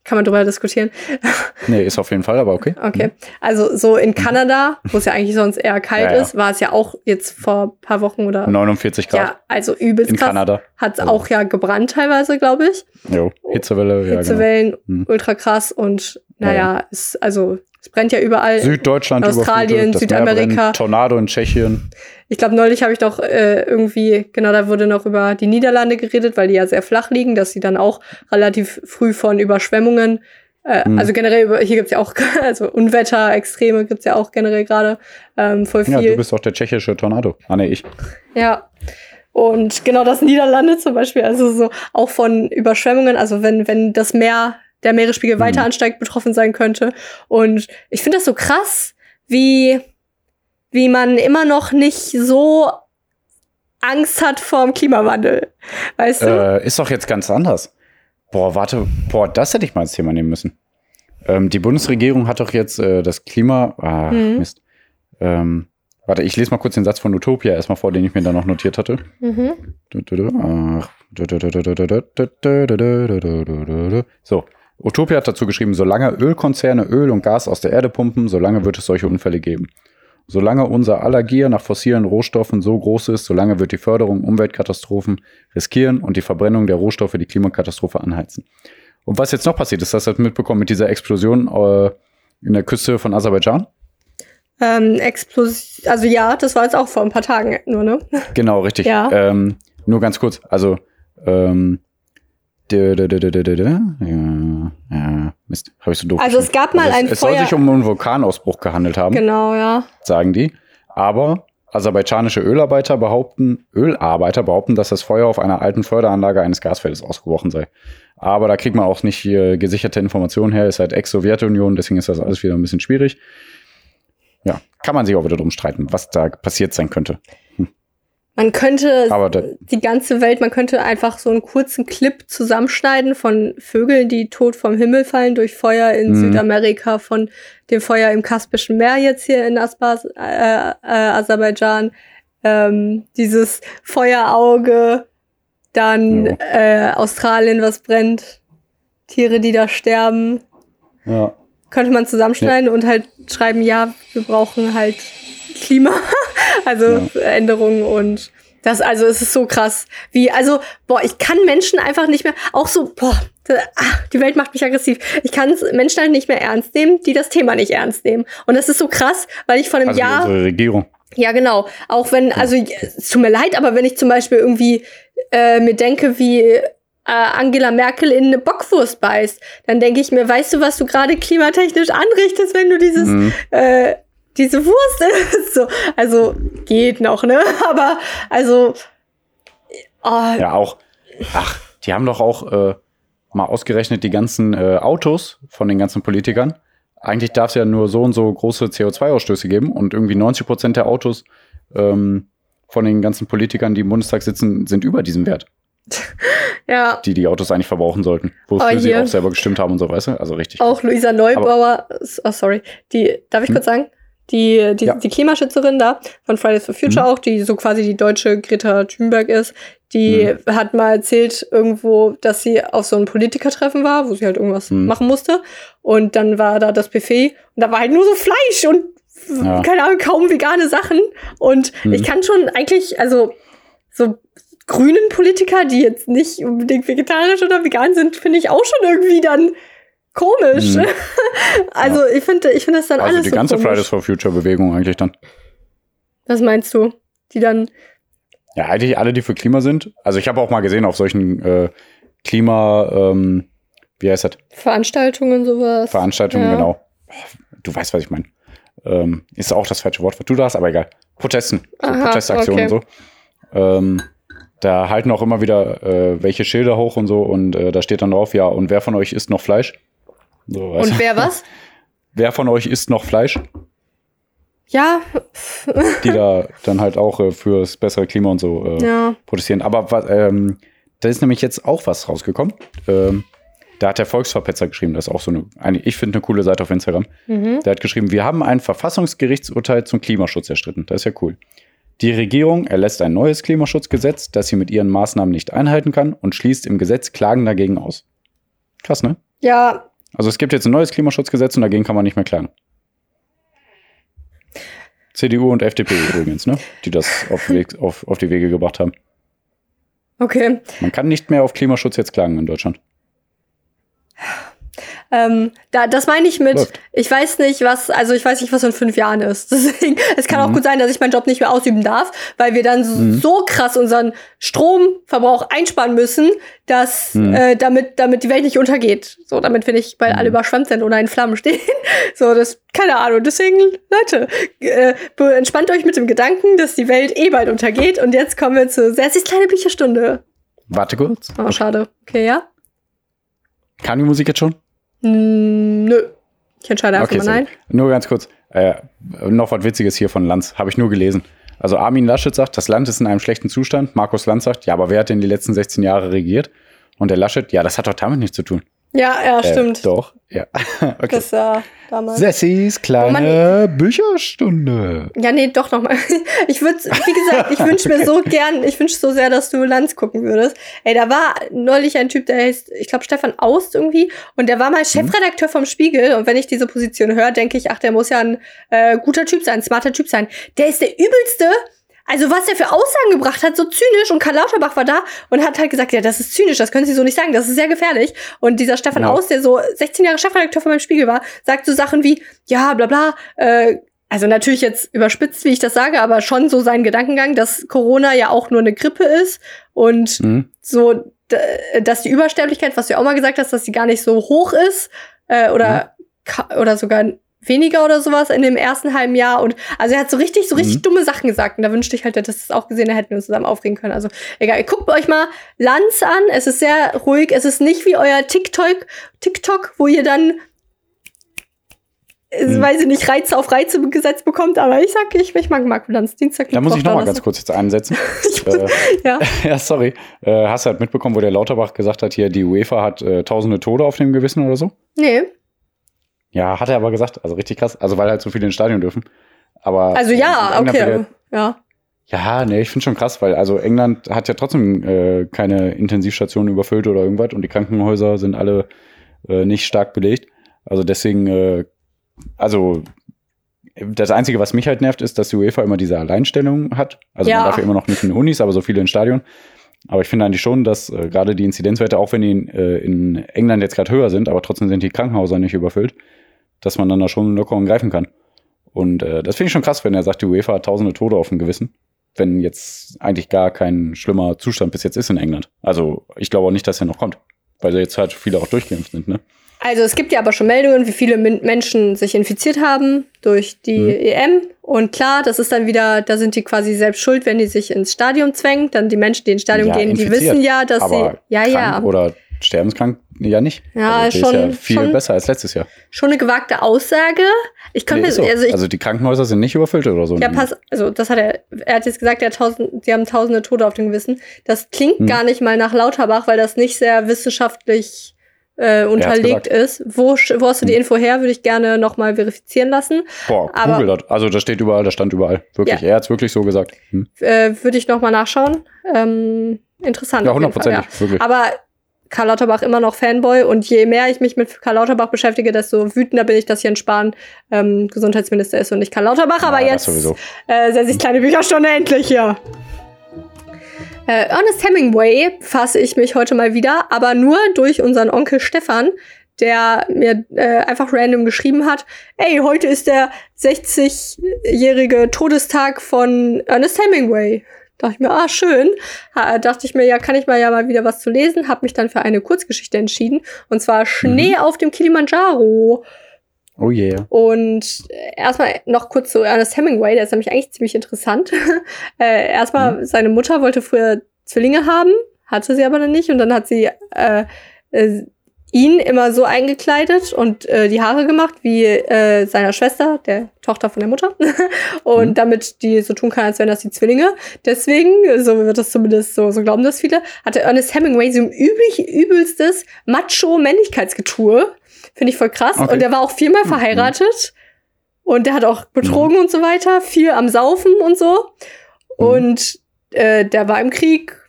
kann man drüber diskutieren. Nee, ist auf jeden Fall, aber okay. Okay, also so in Kanada, wo es ja eigentlich sonst eher kalt ja, ja. ist, war es ja auch jetzt vor ein paar Wochen oder... neunundvierzig Grad. Ja, also übelst in krass. Kanada. Hat es also. auch ja gebrannt teilweise, glaube ich. Jo, Hitzewelle. Ja, Hitzewellen, genau. ultra krass und naja, ja. ist also... Es brennt ja überall. Süddeutschland, Australien, Südamerika. Tornado in Tschechien. Ich glaube, neulich habe ich doch äh, irgendwie, genau, da wurde noch über die Niederlande geredet, weil die ja sehr flach liegen, dass sie dann auch relativ früh von Überschwemmungen, äh, hm. also generell, hier gibt's ja auch, also Unwetter, Extreme gibt's ja auch generell gerade ähm, voll viel. Ja, du bist doch der tschechische Tornado. Ah, nee, ich. Ja. Und genau das Niederlande zum Beispiel, also so auch von Überschwemmungen, also wenn, wenn das Meer der Meeresspiegel weiter mhm. ansteigt, betroffen sein könnte. Und ich finde das so krass, wie, wie man immer noch nicht so Angst hat vorm Klimawandel. Weißt du? Äh, ist doch jetzt ganz anders. Boah, warte, boah, das hätte ich mal als Thema nehmen müssen. Ähm, die Bundesregierung hat doch jetzt äh, das Klima... Ah, mhm. Mist. Ähm, warte, ich lese mal kurz den Satz von Utopia erstmal vor, den ich mir da noch notiert hatte. Mhm. So. Utopia hat dazu geschrieben, solange Ölkonzerne Öl und Gas aus der Erde pumpen, solange wird es solche Unfälle geben. Solange unser aller Gier nach fossilen Rohstoffen so groß ist, solange wird die Förderung Umweltkatastrophen riskieren und die Verbrennung der Rohstoffe die Klimakatastrophe anheizen. Und was jetzt noch passiert ist, hast du das mitbekommen mit dieser Explosion äh, in der Küste von Aserbaidschan? Ähm, Explosion, also ja, das war jetzt auch vor ein paar Tagen nur, ne? Genau, richtig. Ja. Ähm, nur ganz kurz, also ähm, Ja, ja, Mist, habe ich so doof Also es gab mal also ein es, es Feuer... soll sich um einen Vulkanausbruch gehandelt haben. Genau, ja. Sagen die. Aber aserbaidschanische Ölarbeiter behaupten, Ölarbeiter behaupten, dass das Feuer auf einer alten Förderanlage eines Gasfeldes ausgebrochen sei. Aber da kriegt man auch nicht äh, gesicherte Informationen her. Ist halt Ex-Sowjetunion, deswegen ist das alles wieder ein bisschen schwierig. Ja, kann man sich auch wieder drum streiten, was da passiert sein könnte. Man könnte Aber da, die ganze Welt, man könnte einfach so einen kurzen Clip zusammenschneiden von Vögeln, die tot vom Himmel fallen durch Feuer in mhm. Südamerika, von dem Feuer im Kaspischen Meer jetzt hier in Asbas, äh, äh, Aserbaidschan, ähm, dieses Feuerauge, dann ja. äh, Australien, was brennt, Tiere, die da sterben. Ja. Könnte man zusammenschneiden ja. und halt schreiben, ja, wir brauchen halt Klima, also ja. Änderungen und das, also es ist so krass, wie, also, boah, ich kann Menschen einfach nicht mehr, auch so, boah, die Welt macht mich aggressiv. Ich kann Menschen halt nicht mehr ernst nehmen, die das Thema nicht ernst nehmen. Und das ist so krass, weil ich vor einem also Jahr... unsere Regierung. Ja, genau. Auch wenn, also, es tut mir leid, aber wenn ich zum Beispiel irgendwie äh, mir denke, wie äh, Angela Merkel in eine Bockwurst beißt, dann denke ich mir, weißt du, was du gerade klimatechnisch anrichtest, wenn du dieses... Mhm. Äh, diese Wurst ist so, also geht noch, ne? Aber also oh. Ja, auch, ach, die haben doch auch äh, mal ausgerechnet die ganzen äh, Autos von den ganzen Politikern. Eigentlich darf es ja nur so und so große C O zwei Ausstöße geben und irgendwie neunzig Prozent der Autos ähm, von den ganzen Politikern, die im Bundestag sitzen, sind über diesem Wert. Ja. Die die Autos eigentlich verbrauchen sollten. Wofür sie auch selber gestimmt haben und so, weißt du? Also richtig. Auch gut. Luisa Neubauer, Aber, oh sorry, die, darf ich hm? kurz sagen? Die, die, ja. die Klimaschützerin da von Fridays for Future mhm. auch, die so quasi die deutsche Greta Thunberg ist, die mhm. hat mal erzählt irgendwo, dass sie auf so einem Politikertreffen war, wo sie halt irgendwas mhm. machen musste. Und dann war da das Buffet und da war halt nur so Fleisch und ja. keine Ahnung, kaum vegane Sachen. Und mhm. ich kann schon eigentlich, also so grünen Politiker, die jetzt nicht unbedingt vegetarisch oder vegan sind, finde ich auch schon irgendwie dann komisch. Mhm. Also ja. ich finde ich finde das dann also alles die so ganze komisch. Fridays for Future Bewegung eigentlich dann. Was meinst du? Die dann... Ja, eigentlich alle, die für Klima sind. Also ich habe auch mal gesehen auf solchen äh, Klima, ähm, wie heißt das? Veranstaltungen, sowas. Veranstaltungen, ja. genau. Du weißt, was ich meine. Ähm, ist auch das falsche Wort, was du da hast, aber egal. Protesten, so Aha, Protestaktionen okay. und so. Ähm, da halten auch immer wieder äh, welche Schilder hoch und so und äh, da steht dann drauf, ja, und wer von euch isst noch Fleisch? So, und wer was? Wer von euch isst noch Fleisch? Ja. Die da dann halt auch äh, fürs bessere Klima und so äh, ja. protestieren. Aber was, ähm, da ist nämlich jetzt auch was rausgekommen. Ähm, da hat der Volksverpetzer geschrieben, das ist auch so eine, eine ich finde, eine coole Seite auf Instagram. Mhm. Der hat geschrieben, wir haben ein Verfassungsgerichtsurteil zum Klimaschutz erstritten. Das ist ja cool. Die Regierung erlässt ein neues Klimaschutzgesetz, das sie mit ihren Maßnahmen nicht einhalten kann und schließt im Gesetz Klagen dagegen aus. Krass, ne? Ja, Also es gibt jetzt ein neues Klimaschutzgesetz und dagegen kann man nicht mehr klagen. C D U und F D P übrigens, ne? Die das auf, Weg, auf, auf die Wege gebracht haben. Okay. Man kann nicht mehr auf Klimaschutz jetzt klagen in Deutschland. Ähm, da, das meine ich mit, Läuft. ich weiß nicht, was, also ich weiß nicht, was in fünf Jahren ist. Deswegen, es kann mhm. auch gut sein, dass ich meinen Job nicht mehr ausüben darf, weil wir dann mhm. so krass unseren Stromverbrauch einsparen müssen, dass mhm. äh, damit, damit die Welt nicht untergeht. So, damit wir nicht, weil mhm. alle überschwemmt sind oder in Flammen stehen. So, das, keine Ahnung. Deswegen, Leute, äh, entspannt euch mit dem Gedanken, dass die Welt eh bald untergeht. Und jetzt kommen wir zur Sessis kleine Bücherstunde. Warte kurz. Oh, schade. Okay, ja? Kam die Musik jetzt schon? Nö. Ich entscheide einfach okay, mal nein. Nur ganz kurz. Äh, noch was Witziges hier von Lanz. Habe ich nur gelesen. Also Armin Laschet sagt, das Land ist in einem schlechten Zustand. Markus Lanz sagt, ja, aber wer hat denn die letzten sechzehn Jahre regiert? Und der Laschet, ja, das hat doch damit nichts zu tun. Ja, ja, äh, stimmt. Doch, ja. Okay. Das war äh, damals. Sessis kleine oh Bücherstunde. Ja, nee, doch noch mal. Ich würde, wie gesagt, ich wünsche mir so gern, ich wünsche so sehr, dass du Lanz gucken würdest. Ey, da war neulich ein Typ, der heißt, ich glaube, Stefan Aust irgendwie. Und der war mal Chefredakteur vom Spiegel. Und wenn ich diese Position höre, denke ich, ach, der muss ja ein äh, guter Typ sein, ein smarter Typ sein. Der ist der übelste. Also was er für Aussagen gebracht hat, so zynisch, und Karl Lauterbach war da und hat halt gesagt, ja, das ist zynisch, das können Sie so nicht sagen, das ist sehr gefährlich. Und dieser Stefan ja. Aust, der so sechzehn Jahre Chefredakteur von meinem Spiegel war, sagt so Sachen wie, ja, bla bla, äh, also natürlich jetzt überspitzt, wie ich das sage, aber schon so sein Gedankengang, dass Corona ja auch nur eine Grippe ist und mhm. so, d- dass die Übersterblichkeit, was du auch mal gesagt hast, dass die gar nicht so hoch ist äh, oder, mhm. ka- oder sogar weniger oder sowas in dem ersten halben Jahr. Und also er hat so richtig, so richtig mhm. dumme Sachen gesagt. Und da wünschte ich halt, dass das auch gesehen, da hätten wir uns zusammen aufregen können. Also egal, guckt euch mal Lanz an. Es ist sehr ruhig. Es ist nicht wie euer TikTok, TikTok, wo ihr dann, mhm. weiß ich nicht, Reize auf Reize gesetzt bekommt. Aber ich sag, ich, ich mag Marco Lanz. Dienstag. Da muss ich noch mal ganz kurz jetzt einsetzen. äh, ja. ja, sorry. Äh, hast du halt mitbekommen, wo der Lauterbach gesagt hat, hier, die UEFA hat äh, tausende Tode auf dem Gewissen oder so? Nee. Ja, hat er aber gesagt. Also richtig krass. Also weil halt so viele ins Stadion dürfen. Aber also ja, okay. Der, ja. Ja, nee, ich finde schon krass, weil also England hat ja trotzdem äh, keine Intensivstationen überfüllt oder irgendwas und die Krankenhäuser sind alle äh, nicht stark belegt. Also deswegen, äh, also das Einzige, was mich halt nervt, ist, dass die UEFA immer diese Alleinstellung hat. Also ja. man darf ja immer noch nicht in Unis, aber so viele ins Stadion. Aber ich finde eigentlich schon, dass äh, gerade die Inzidenzwerte, auch wenn die in, äh, in England jetzt gerade höher sind, aber trotzdem sind die Krankenhäuser nicht überfüllt, dass man dann da schon locker greifen kann. Und äh, das finde ich schon krass, wenn er sagt, die UEFA hat tausende Tote auf dem Gewissen, wenn jetzt eigentlich gar kein schlimmer Zustand bis jetzt ist in England. Also ich glaube auch nicht, dass er noch kommt, weil jetzt halt viele auch durchgeimpft sind, ne? Also es gibt ja aber schon Meldungen, wie viele Menschen sich infiziert haben durch die mhm. E M. Und klar, das ist dann wieder, da sind die quasi selbst schuld, wenn die sich ins Stadion zwängen. Dann die Menschen, die ins Stadion ja, gehen, infiziert. Die wissen ja, dass aber sie... Ja, ja. Oder sterbenskrank, ja nicht. Ja, also, schon, ist ja viel schon, besser als letztes Jahr. Schon eine gewagte Aussage. Ich kann nee, mir, so. also, ich, also die Krankenhäuser sind nicht überfüllt oder so. Ja, pass, also das hat er, er hat jetzt gesagt, er hat tausend, die haben tausende Tote auf dem Gewissen. Das klingt hm. gar nicht mal nach Lauterbach, weil das nicht sehr wissenschaftlich Äh, unterlegt ist. Wo, wo hast du die Info her? Würde ich gerne nochmal verifizieren lassen. Boah, aber, Google das. Also das steht überall, das stand überall. Wirklich, ja. Er hat es wirklich so gesagt. Hm. Äh, würde ich nochmal nachschauen. Ähm, interessant. Ja, hundertprozentig, ja. wirklich. Aber Karl Lauterbach immer noch Fanboy und je mehr ich mich mit Karl Lauterbach beschäftige, desto wütender bin ich, dass Jens Spahn ähm, Gesundheitsminister ist und nicht Karl Lauterbach. Ja, aber jetzt äh, setze ich kleine Bücherstunde endlich hier. Äh, Ernest Hemingway fasse ich mich heute mal wieder, aber nur durch unseren Onkel Stefan, der mir äh, einfach random geschrieben hat, ey, heute ist der sechzigjährige Todestag von Ernest Hemingway. Dachte ich mir, ah, schön. Ha, dachte ich mir, ja, kann ich mal ja mal wieder was zu lesen. Hab mich dann für eine Kurzgeschichte entschieden. Und zwar Schnee mhm. auf dem Kilimanjaro. Oh yeah. Und erstmal noch kurz zu Ernest Hemingway, der ist nämlich eigentlich ziemlich interessant. äh, erstmal, mhm. seine Mutter wollte früher Zwillinge haben, hatte sie aber dann nicht. Und dann hat sie äh, äh, ihn immer so eingekleidet und äh, die Haare gemacht wie äh, seiner Schwester, der Tochter von der Mutter. und mhm. damit die so tun kann, als wären das die Zwillinge. Deswegen, so wird das zumindest, so, so glauben das viele, hatte Ernest Hemingway so ein üblich, übelstes Macho-Männlichkeitsgetue. Finde ich voll krass. Okay. Und der war auch viermal verheiratet. Mhm. Und der hat auch betrogen mhm. und so weiter. Viel am Saufen und so. Mhm. Und äh, der war im Krieg,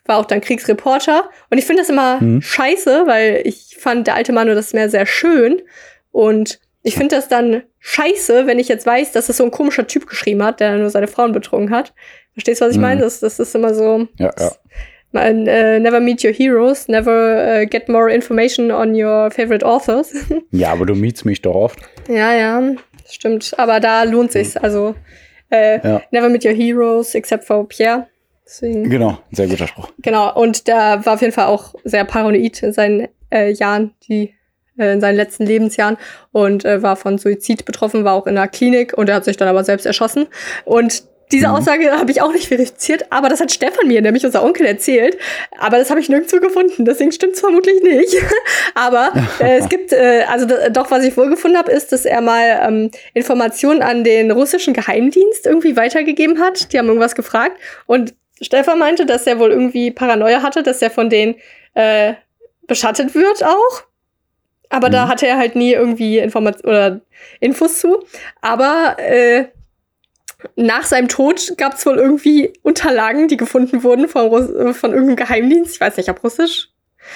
war auch dann Kriegsreporter. Und ich finde das immer mhm. scheiße, weil ich fand, der alte Manu das Meer sehr schön. Und ich finde das dann scheiße, wenn ich jetzt weiß, dass das so ein komischer Typ geschrieben hat, der nur seine Frauen betrogen hat. Verstehst du, was ich mhm. meine? Das, das ist immer so... Ja, ja. Man, uh, never meet your heroes, never uh, get more information on your favorite authors. Ja, aber du meetst mich doch oft. Ja, ja, stimmt. Aber da lohnt sich's. Also, äh, ja. never meet your heroes, except for Pierre. Deswegen. Genau, sehr guter Spruch. Genau, und der war auf jeden Fall auch sehr paranoid in seinen äh, Jahren, die äh, in seinen letzten Lebensjahren und äh, war von Suizid betroffen, war auch in einer Klinik und er hat sich dann aber selbst erschossen. Und diese Aussage habe ich auch nicht verifiziert, aber das hat Stefan mir, nämlich unser Onkel, erzählt. Aber das habe ich nirgendwo gefunden, deswegen stimmt es vermutlich nicht. Aber äh, es gibt, äh, also d- doch, was ich wohl gefunden habe, ist, dass er mal ähm, Informationen an den russischen Geheimdienst irgendwie weitergegeben hat. Die haben irgendwas gefragt und Stefan meinte, dass er wohl irgendwie Paranoia hatte, dass er von denen äh, beschattet wird auch. Aber mhm. da hatte er halt nie irgendwie Informationen oder Infos zu. Aber äh, nach seinem Tod gab es wohl irgendwie Unterlagen, die gefunden wurden von, Russ- von irgendeinem Geheimdienst. Ich weiß nicht, ob russisch.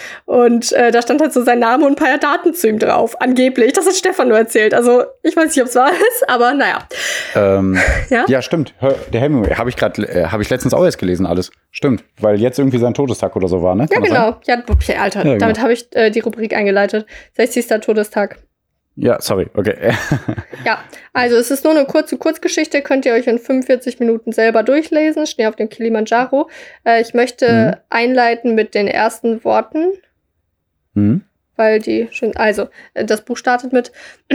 Und äh, da stand halt so sein Name und ein paar Daten zu ihm drauf. Angeblich. Das hat Stefan nur erzählt. Also ich weiß nicht, ob es wahr ist, aber naja. Ähm, ja? ja, stimmt. Der Hemingway. Habe ich gerade, äh, habe ich letztens auch erst gelesen alles. Stimmt. Weil jetzt irgendwie sein Todestag oder so war, ne? Kann ja, genau. Ja, okay, Alter. Ja, genau. Damit habe ich äh, die Rubrik eingeleitet. sechzigster Todestag. Ja, sorry, okay. Ja, also es ist nur eine kurze Kurzgeschichte, könnt ihr euch in fünfundvierzig Minuten selber durchlesen, steht auf dem Kilimanjaro. Äh, ich möchte mhm. einleiten mit den ersten Worten, mhm. weil die schon, also das Buch startet mit,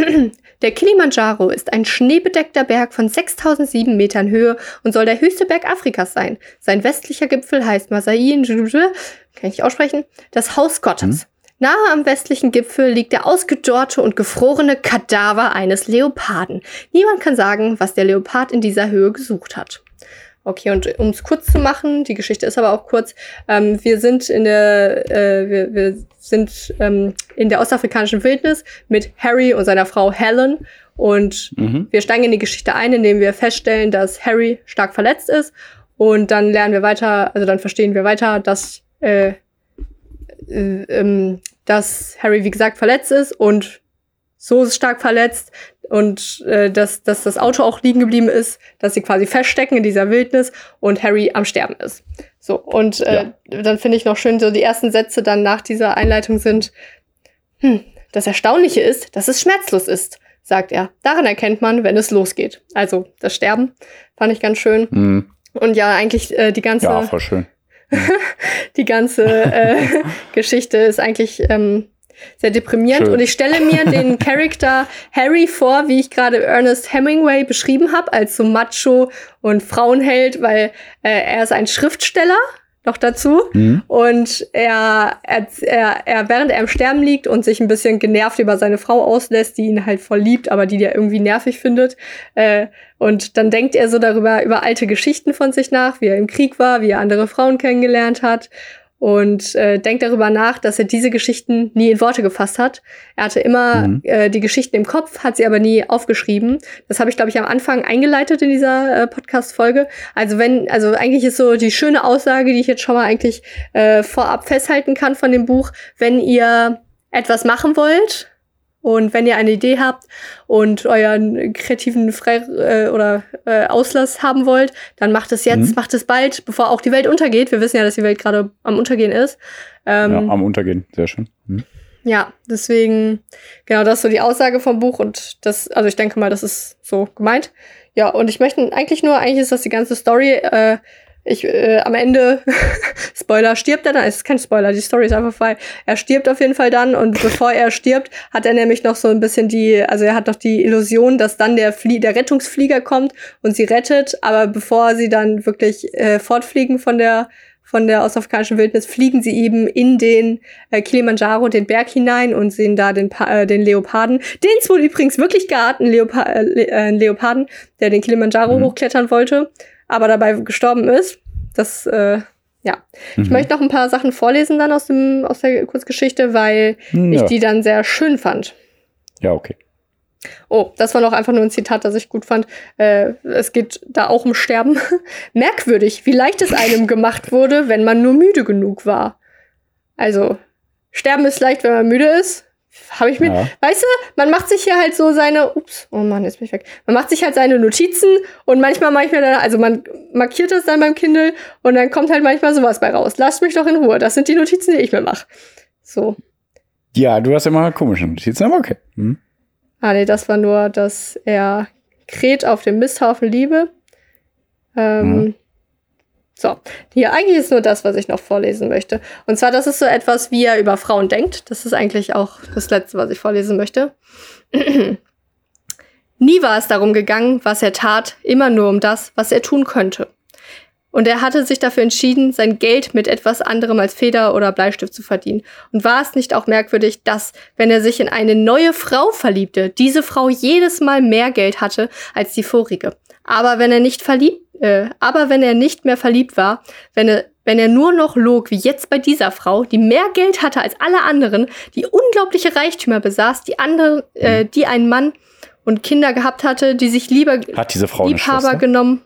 der Kilimanjaro ist ein schneebedeckter Berg von sechstausendsieben Metern Höhe und soll der höchste Berg Afrikas sein. Sein westlicher Gipfel heißt Masai, kann ich aussprechen, das Haus Gottes. Mhm. Nahe am westlichen Gipfel liegt der ausgedörrte und gefrorene Kadaver eines Leoparden. Niemand kann sagen, was der Leopard in dieser Höhe gesucht hat. Okay, und um es kurz zu machen, die Geschichte ist aber auch kurz, ähm, wir sind in der äh, wir, wir sind ähm, in der ostafrikanischen Wildnis mit Harry und seiner Frau Helen und mhm. wir steigen in die Geschichte ein, indem wir feststellen, dass Harry stark verletzt ist und dann lernen wir weiter, also dann verstehen wir weiter, dass äh, dass Harry, wie gesagt, verletzt ist und so stark verletzt und äh, dass, dass das Auto auch liegen geblieben ist, dass sie quasi feststecken in dieser Wildnis und Harry am Sterben ist. So, und äh, ja. dann finde ich noch schön, so die ersten Sätze dann nach dieser Einleitung sind, hm, das Erstaunliche ist, dass es schmerzlos ist, sagt er. Daran erkennt man, wenn es losgeht. Also das Sterben fand ich ganz schön. Mhm. Und ja, eigentlich äh, die ganze... Ja, voll schön. Die ganze äh, Geschichte ist eigentlich ähm, sehr deprimierend. Schön. Und ich stelle mir den Charakter Harry vor, wie ich gerade Ernest Hemingway beschrieben habe, als so Macho und Frauenheld, weil äh, er ist ein Schriftsteller noch dazu. Mhm. Und er, er, er, er, während er im Sterben liegt und sich ein bisschen genervt über seine Frau auslässt, die ihn halt voll liebt, aber die der irgendwie nervig findet. Äh, und dann denkt er so darüber, über alte Geschichten von sich nach, wie er im Krieg war, wie er andere Frauen kennengelernt hat. Und äh, denkt darüber nach, dass er diese Geschichten nie in Worte gefasst hat. Er hatte immer mhm. äh, die Geschichten im Kopf, hat sie aber nie aufgeschrieben. Das habe ich, glaube ich, am Anfang eingeleitet in dieser äh, Podcast-Folge. Also wenn, also eigentlich ist so die schöne Aussage, die ich jetzt schon mal eigentlich äh, vorab festhalten kann von dem Buch, wenn ihr etwas machen wollt und wenn ihr eine Idee habt und euren kreativen Frei- äh, oder äh, Auslass haben wollt, dann macht es jetzt, mhm. macht es bald, bevor auch die Welt untergeht. Wir wissen ja, dass die Welt gerade am Untergehen ist. Ähm, ja, am Untergehen, sehr schön. Mhm. Ja, deswegen, genau, das ist so die Aussage vom Buch und das, also ich denke mal, das ist so gemeint. Ja, und ich möchte eigentlich nur, eigentlich ist das die ganze Story, äh, Ich, äh, am Ende, Spoiler, stirbt er dann, es ist kein Spoiler, die Story ist einfach frei. Er stirbt auf jeden Fall dann und bevor er stirbt, hat er nämlich noch so ein bisschen die, also er hat noch die Illusion, dass dann der Flie- der Rettungsflieger kommt und sie rettet, aber bevor sie dann wirklich äh, fortfliegen von der von der ostafrikanischen Wildnis, fliegen sie eben in den äh, Kilimanjaro, den Berg hinein und sehen da den, pa- äh, den Leoparden. Den es wohl übrigens wirklich gab, einen Leopa- äh, Le- äh, Leoparden, der den Kilimanjaro mhm. hochklettern wollte, aber dabei gestorben ist. Das, äh, ja. Mhm. Ich möchte noch ein paar Sachen vorlesen dann aus dem aus der Kurzgeschichte, weil ja. ich die dann sehr schön fand. Ja, okay. Oh, das war noch einfach nur ein Zitat, das ich gut fand. Äh, es geht da auch um Sterben. Merkwürdig, wie leicht es einem gemacht wurde, wenn man nur müde genug war. Also, Sterben ist leicht, wenn man müde ist. Habe ich mir, ja. Weißt du, man macht sich hier halt so seine, ups, oh Mann, jetzt bin ich weg. Man macht sich halt seine Notizen und manchmal mache ich mir dann, also man markiert das dann beim Kindle und dann kommt halt manchmal sowas bei raus. Lasst mich doch in Ruhe. Das sind die Notizen, die ich mir mache. So. Ja, du hast immer komische Notizen, aber okay. Hm. Ah, nee, das war nur, dass er kräht auf dem Misthaufen Liebe. Ähm, mhm. So, hier, eigentlich ist nur das, was ich noch vorlesen möchte. Und zwar, das ist so etwas, wie er über Frauen denkt. Das ist eigentlich auch das Letzte, was ich vorlesen möchte. Nie war es darum gegangen, was er tat, immer nur um das, was er tun könnte. Und er hatte sich dafür entschieden, sein Geld mit etwas anderem als Feder oder Bleistift zu verdienen. Und war es nicht auch merkwürdig, dass, wenn er sich in eine neue Frau verliebte, diese Frau jedes Mal mehr Geld hatte als die vorige. Aber wenn er nicht verliebt, äh, aber wenn er nicht mehr verliebt war, wenn er, wenn er nur noch log, wie jetzt bei dieser Frau, die mehr Geld hatte als alle anderen, die unglaubliche Reichtümer besaß, die andere, äh, die einen Mann und Kinder gehabt hatte, die sich lieber Hat diese Frau Liebhaber genommen.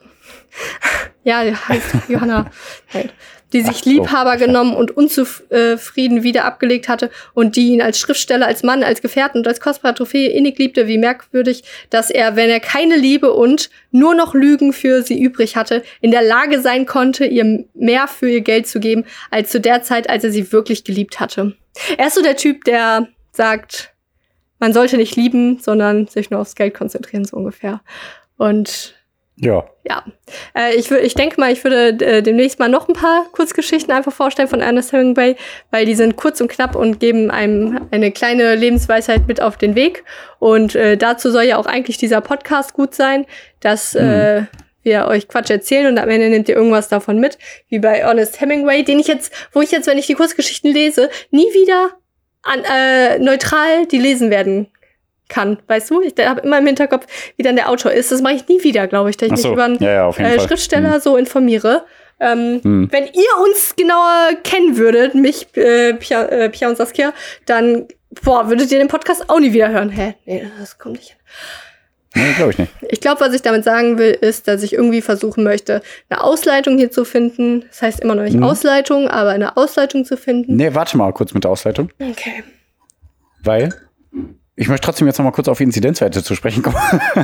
Ja, heißt Johanna. Die sich so, Liebhaber okay. genommen und unzufrieden wieder abgelegt hatte und die ihn als Schriftsteller, als Mann, als Gefährten und als kostbare Trophäe innig liebte. Wie merkwürdig, dass er, wenn er keine Liebe und nur noch Lügen für sie übrig hatte, in der Lage sein konnte, ihr mehr für ihr Geld zu geben, als zu der Zeit, als er sie wirklich geliebt hatte. Er ist so der Typ, der sagt, man sollte nicht lieben, sondern sich nur aufs Geld konzentrieren, so ungefähr. Und Ja. Ja. Äh, ich, wür- ich denke mal, ich würde äh, demnächst mal noch ein paar Kurzgeschichten einfach vorstellen von Ernest Hemingway, weil die sind kurz und knapp und geben einem eine kleine Lebensweisheit mit auf den Weg. Und äh, dazu soll ja auch eigentlich dieser Podcast gut sein, dass mhm. äh, wir euch Quatsch erzählen und am Ende nehmt ihr irgendwas davon mit, wie bei Ernest Hemingway, den ich jetzt, wo ich jetzt, wenn ich die Kurzgeschichten lese, nie wieder an, äh, neutral die lesen werden kann, weißt du? Ich habe immer im Hinterkopf, wie dann der Autor ist. Das mache ich nie wieder, glaube ich, dass ich so. mich über einen ja, ja, äh, Schriftsteller hm. so informiere. Ähm, hm. Wenn ihr uns genauer kennen würdet, mich, äh, Pia, äh, Pia und Saskia, dann, boah, würdet ihr den Podcast auch nie wieder hören. Hä? Nee, das kommt nicht hin. Nee, glaube ich nicht. Ich glaube, was ich damit sagen will, ist, dass ich irgendwie versuchen möchte, eine Ausleitung hier zu finden. Das heißt immer noch nicht hm. Ausleitung, aber eine Ausleitung zu finden. Nee, warte mal kurz mit der Ausleitung. Okay. Weil ich möchte trotzdem jetzt noch mal kurz auf Inzidenzwerte zu sprechen kommen.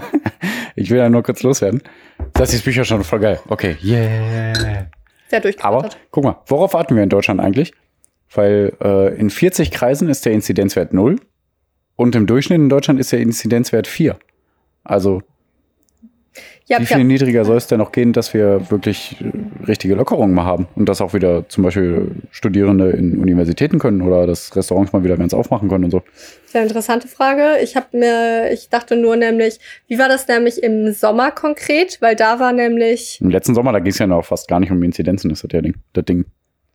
Ich will ja nur kurz loswerden. Das ist Bücher schon voll geil. Okay, yeah. Sehr durchgeführt. Aber guck mal, worauf warten wir in Deutschland eigentlich? Weil äh, in vierzig Kreisen ist der Inzidenzwert null und im Durchschnitt in Deutschland ist der Inzidenzwert vier. Also ja, wie viel ja. niedriger soll es denn noch gehen, dass wir wirklich richtige Lockerungen mal haben und dass auch wieder zum Beispiel Studierende in Universitäten können oder dass Restaurants mal wieder ganz aufmachen können und so? Sehr interessante Frage. Ich habe mir, ich dachte nur nämlich, wie war das nämlich im Sommer konkret? Weil da war nämlich im letzten Sommer, da ging es ja noch fast gar nicht um Inzidenzen, ist das ja Ding, das Ding.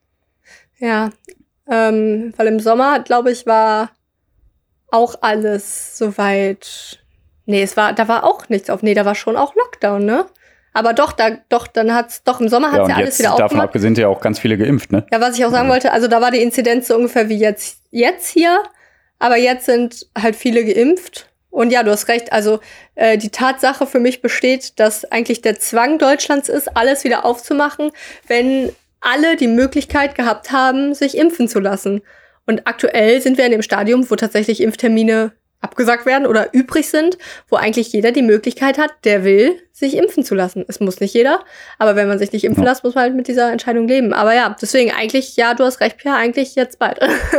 Ja, ähm, weil im Sommer, glaube ich, war auch alles soweit. Nee, es war, da war auch nichts auf. Nee, da war schon auch Lockdown, ne? Aber doch, da, doch, dann hat's, doch, im Sommer hat's ja, ja alles wieder aufgemacht. Davon abgesehen sind ja auch ganz viele geimpft, ne? Ja, was ich auch sagen wollte, also da war die Inzidenz so ungefähr wie jetzt, jetzt hier. Aber jetzt sind halt viele geimpft. Und ja, du hast recht, also äh, die Tatsache für mich besteht, dass eigentlich der Zwang Deutschlands ist, alles wieder aufzumachen, wenn alle die Möglichkeit gehabt haben, sich impfen zu lassen. Und aktuell sind wir in dem Stadium, wo tatsächlich Impftermine abgesagt werden oder übrig sind, wo eigentlich jeder die Möglichkeit hat, der will, sich impfen zu lassen. Es muss nicht jeder, aber wenn man sich nicht impfen ja. lässt, muss man halt mit dieser Entscheidung leben. Aber ja, deswegen eigentlich, ja, du hast recht, Pia, eigentlich jetzt bald.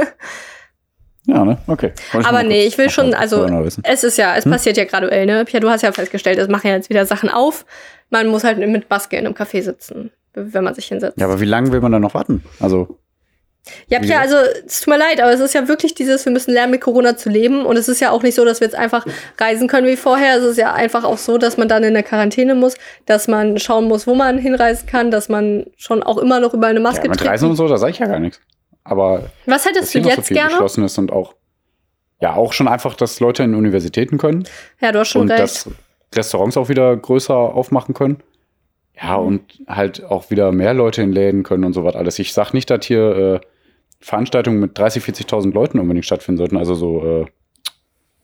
Ja, ne? Okay. Aber nee, ich will schon, also es ist ja, es hm? passiert ja graduell, ne? Pia, du hast ja festgestellt, es machen ja jetzt wieder Sachen auf. Man muss halt mit Maske in einem Café sitzen, wenn man sich hinsetzt. Ja, aber wie lange will man dann noch warten? Also Ja, Pia, also es tut mir leid, aber es ist ja wirklich dieses, wir müssen lernen, mit Corona zu leben. Und es ist ja auch nicht so, dass wir jetzt einfach reisen können wie vorher. Es ist ja einfach auch so, dass man dann in der Quarantäne muss, dass man schauen muss, wo man hinreisen kann, dass man schon auch immer noch über eine Maske ja, mit Reisen und so, da sage ich ja gar nichts. Aber was hättest du jetzt so viel gerne? Geschlossen ist und auch, ja, auch schon einfach, dass Leute in Universitäten können. Ja, du hast schon und recht. Und dass Restaurants auch wieder größer aufmachen können. Ja, mhm. und halt auch wieder mehr Leute in Läden können und so was alles. Ich sag nicht, dass hier äh, Veranstaltungen mit dreißigtausend, vierzigtausend Leuten unbedingt stattfinden sollten. Also so, äh,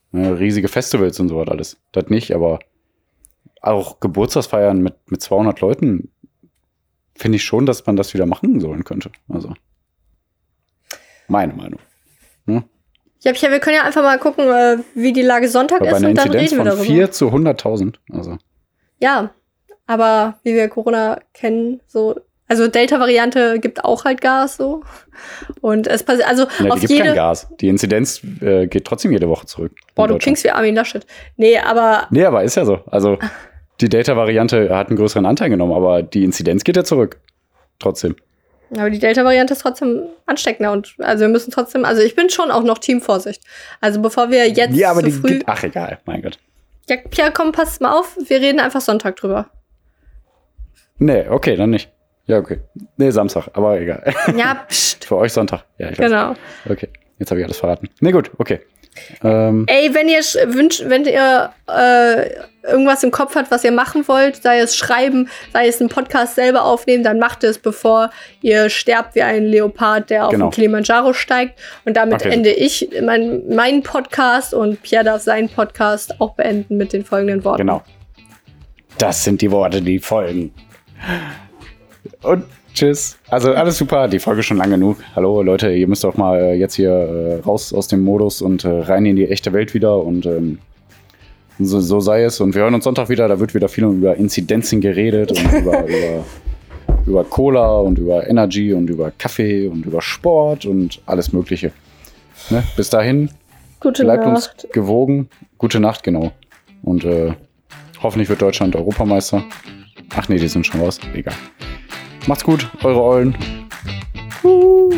Ne, riesige Festivals und so was alles. Das nicht, aber auch Geburtstagsfeiern mit, mit zweihundert Leuten finde ich schon, dass man das wieder machen sollen könnte. Also, meine Meinung. Hm? Ja, Pierre, wir können ja einfach mal gucken, äh, wie die Lage Sonntag aber ist bei einer und dann Inzidenz reden wir von darüber. vier zu hunderttausend. Also. Ja, aber wie wir Corona kennen, so, also Delta-Variante gibt auch halt Gas, so. Und es passiert, also Ja, auf die gibt jede. kein Gas. Die Inzidenz äh, geht trotzdem jede Woche zurück. Boah, in du Deutschland. klingst wie Armin Laschet. Nee, aber. Nee, aber ist ja so. Also, die Delta-Variante hat einen größeren Anteil genommen, aber die Inzidenz geht ja zurück. Trotzdem. Aber die Delta-Variante ist trotzdem ansteckender und also wir müssen trotzdem, also ich bin schon auch noch Team Vorsicht. Also bevor wir jetzt Ja, aber zu die früh. geht. Ach, egal, mein Gott. Ja, Pierre, komm, passt mal auf, wir reden einfach Sonntag drüber. Nee, okay, dann nicht. Ja, okay. Nee, Samstag, aber egal. Ja, pst. Für euch Sonntag. Ja, ich weiß. Genau. Okay, jetzt habe ich alles verraten. Nee, gut, okay. Ähm, Ey, wenn ihr sch- wünscht, wenn ihr äh, irgendwas im Kopf habt, was ihr machen wollt, sei es schreiben, sei es einen Podcast selber aufnehmen, dann macht es, bevor ihr sterbt wie ein Leopard, der auf Genau. den Kilimanjaro steigt. Und damit Okay. ende ich mein, meinen Podcast und Pierre darf seinen Podcast auch beenden mit den folgenden Worten. genau. Das sind die Worte, die folgen. Und tschüss. Also alles super, die Folge schon lang genug. Hallo Leute, ihr müsst auch mal äh, jetzt hier äh, raus aus dem Modus und äh, rein in die echte Welt wieder. Und ähm, so, so sei es. Und wir hören uns Sonntag wieder. Da wird wieder viel über Inzidenzen geredet und über, über, über Cola und über Energy und über Kaffee und über Sport und alles Mögliche. Ne? Bis dahin, Gute bleibt Nacht. uns gewogen. Gute Nacht, genau. Und äh, hoffentlich wird Deutschland Europameister. Ach nee, die sind schon raus. Egal. Macht's gut, eure Eulen. Uh.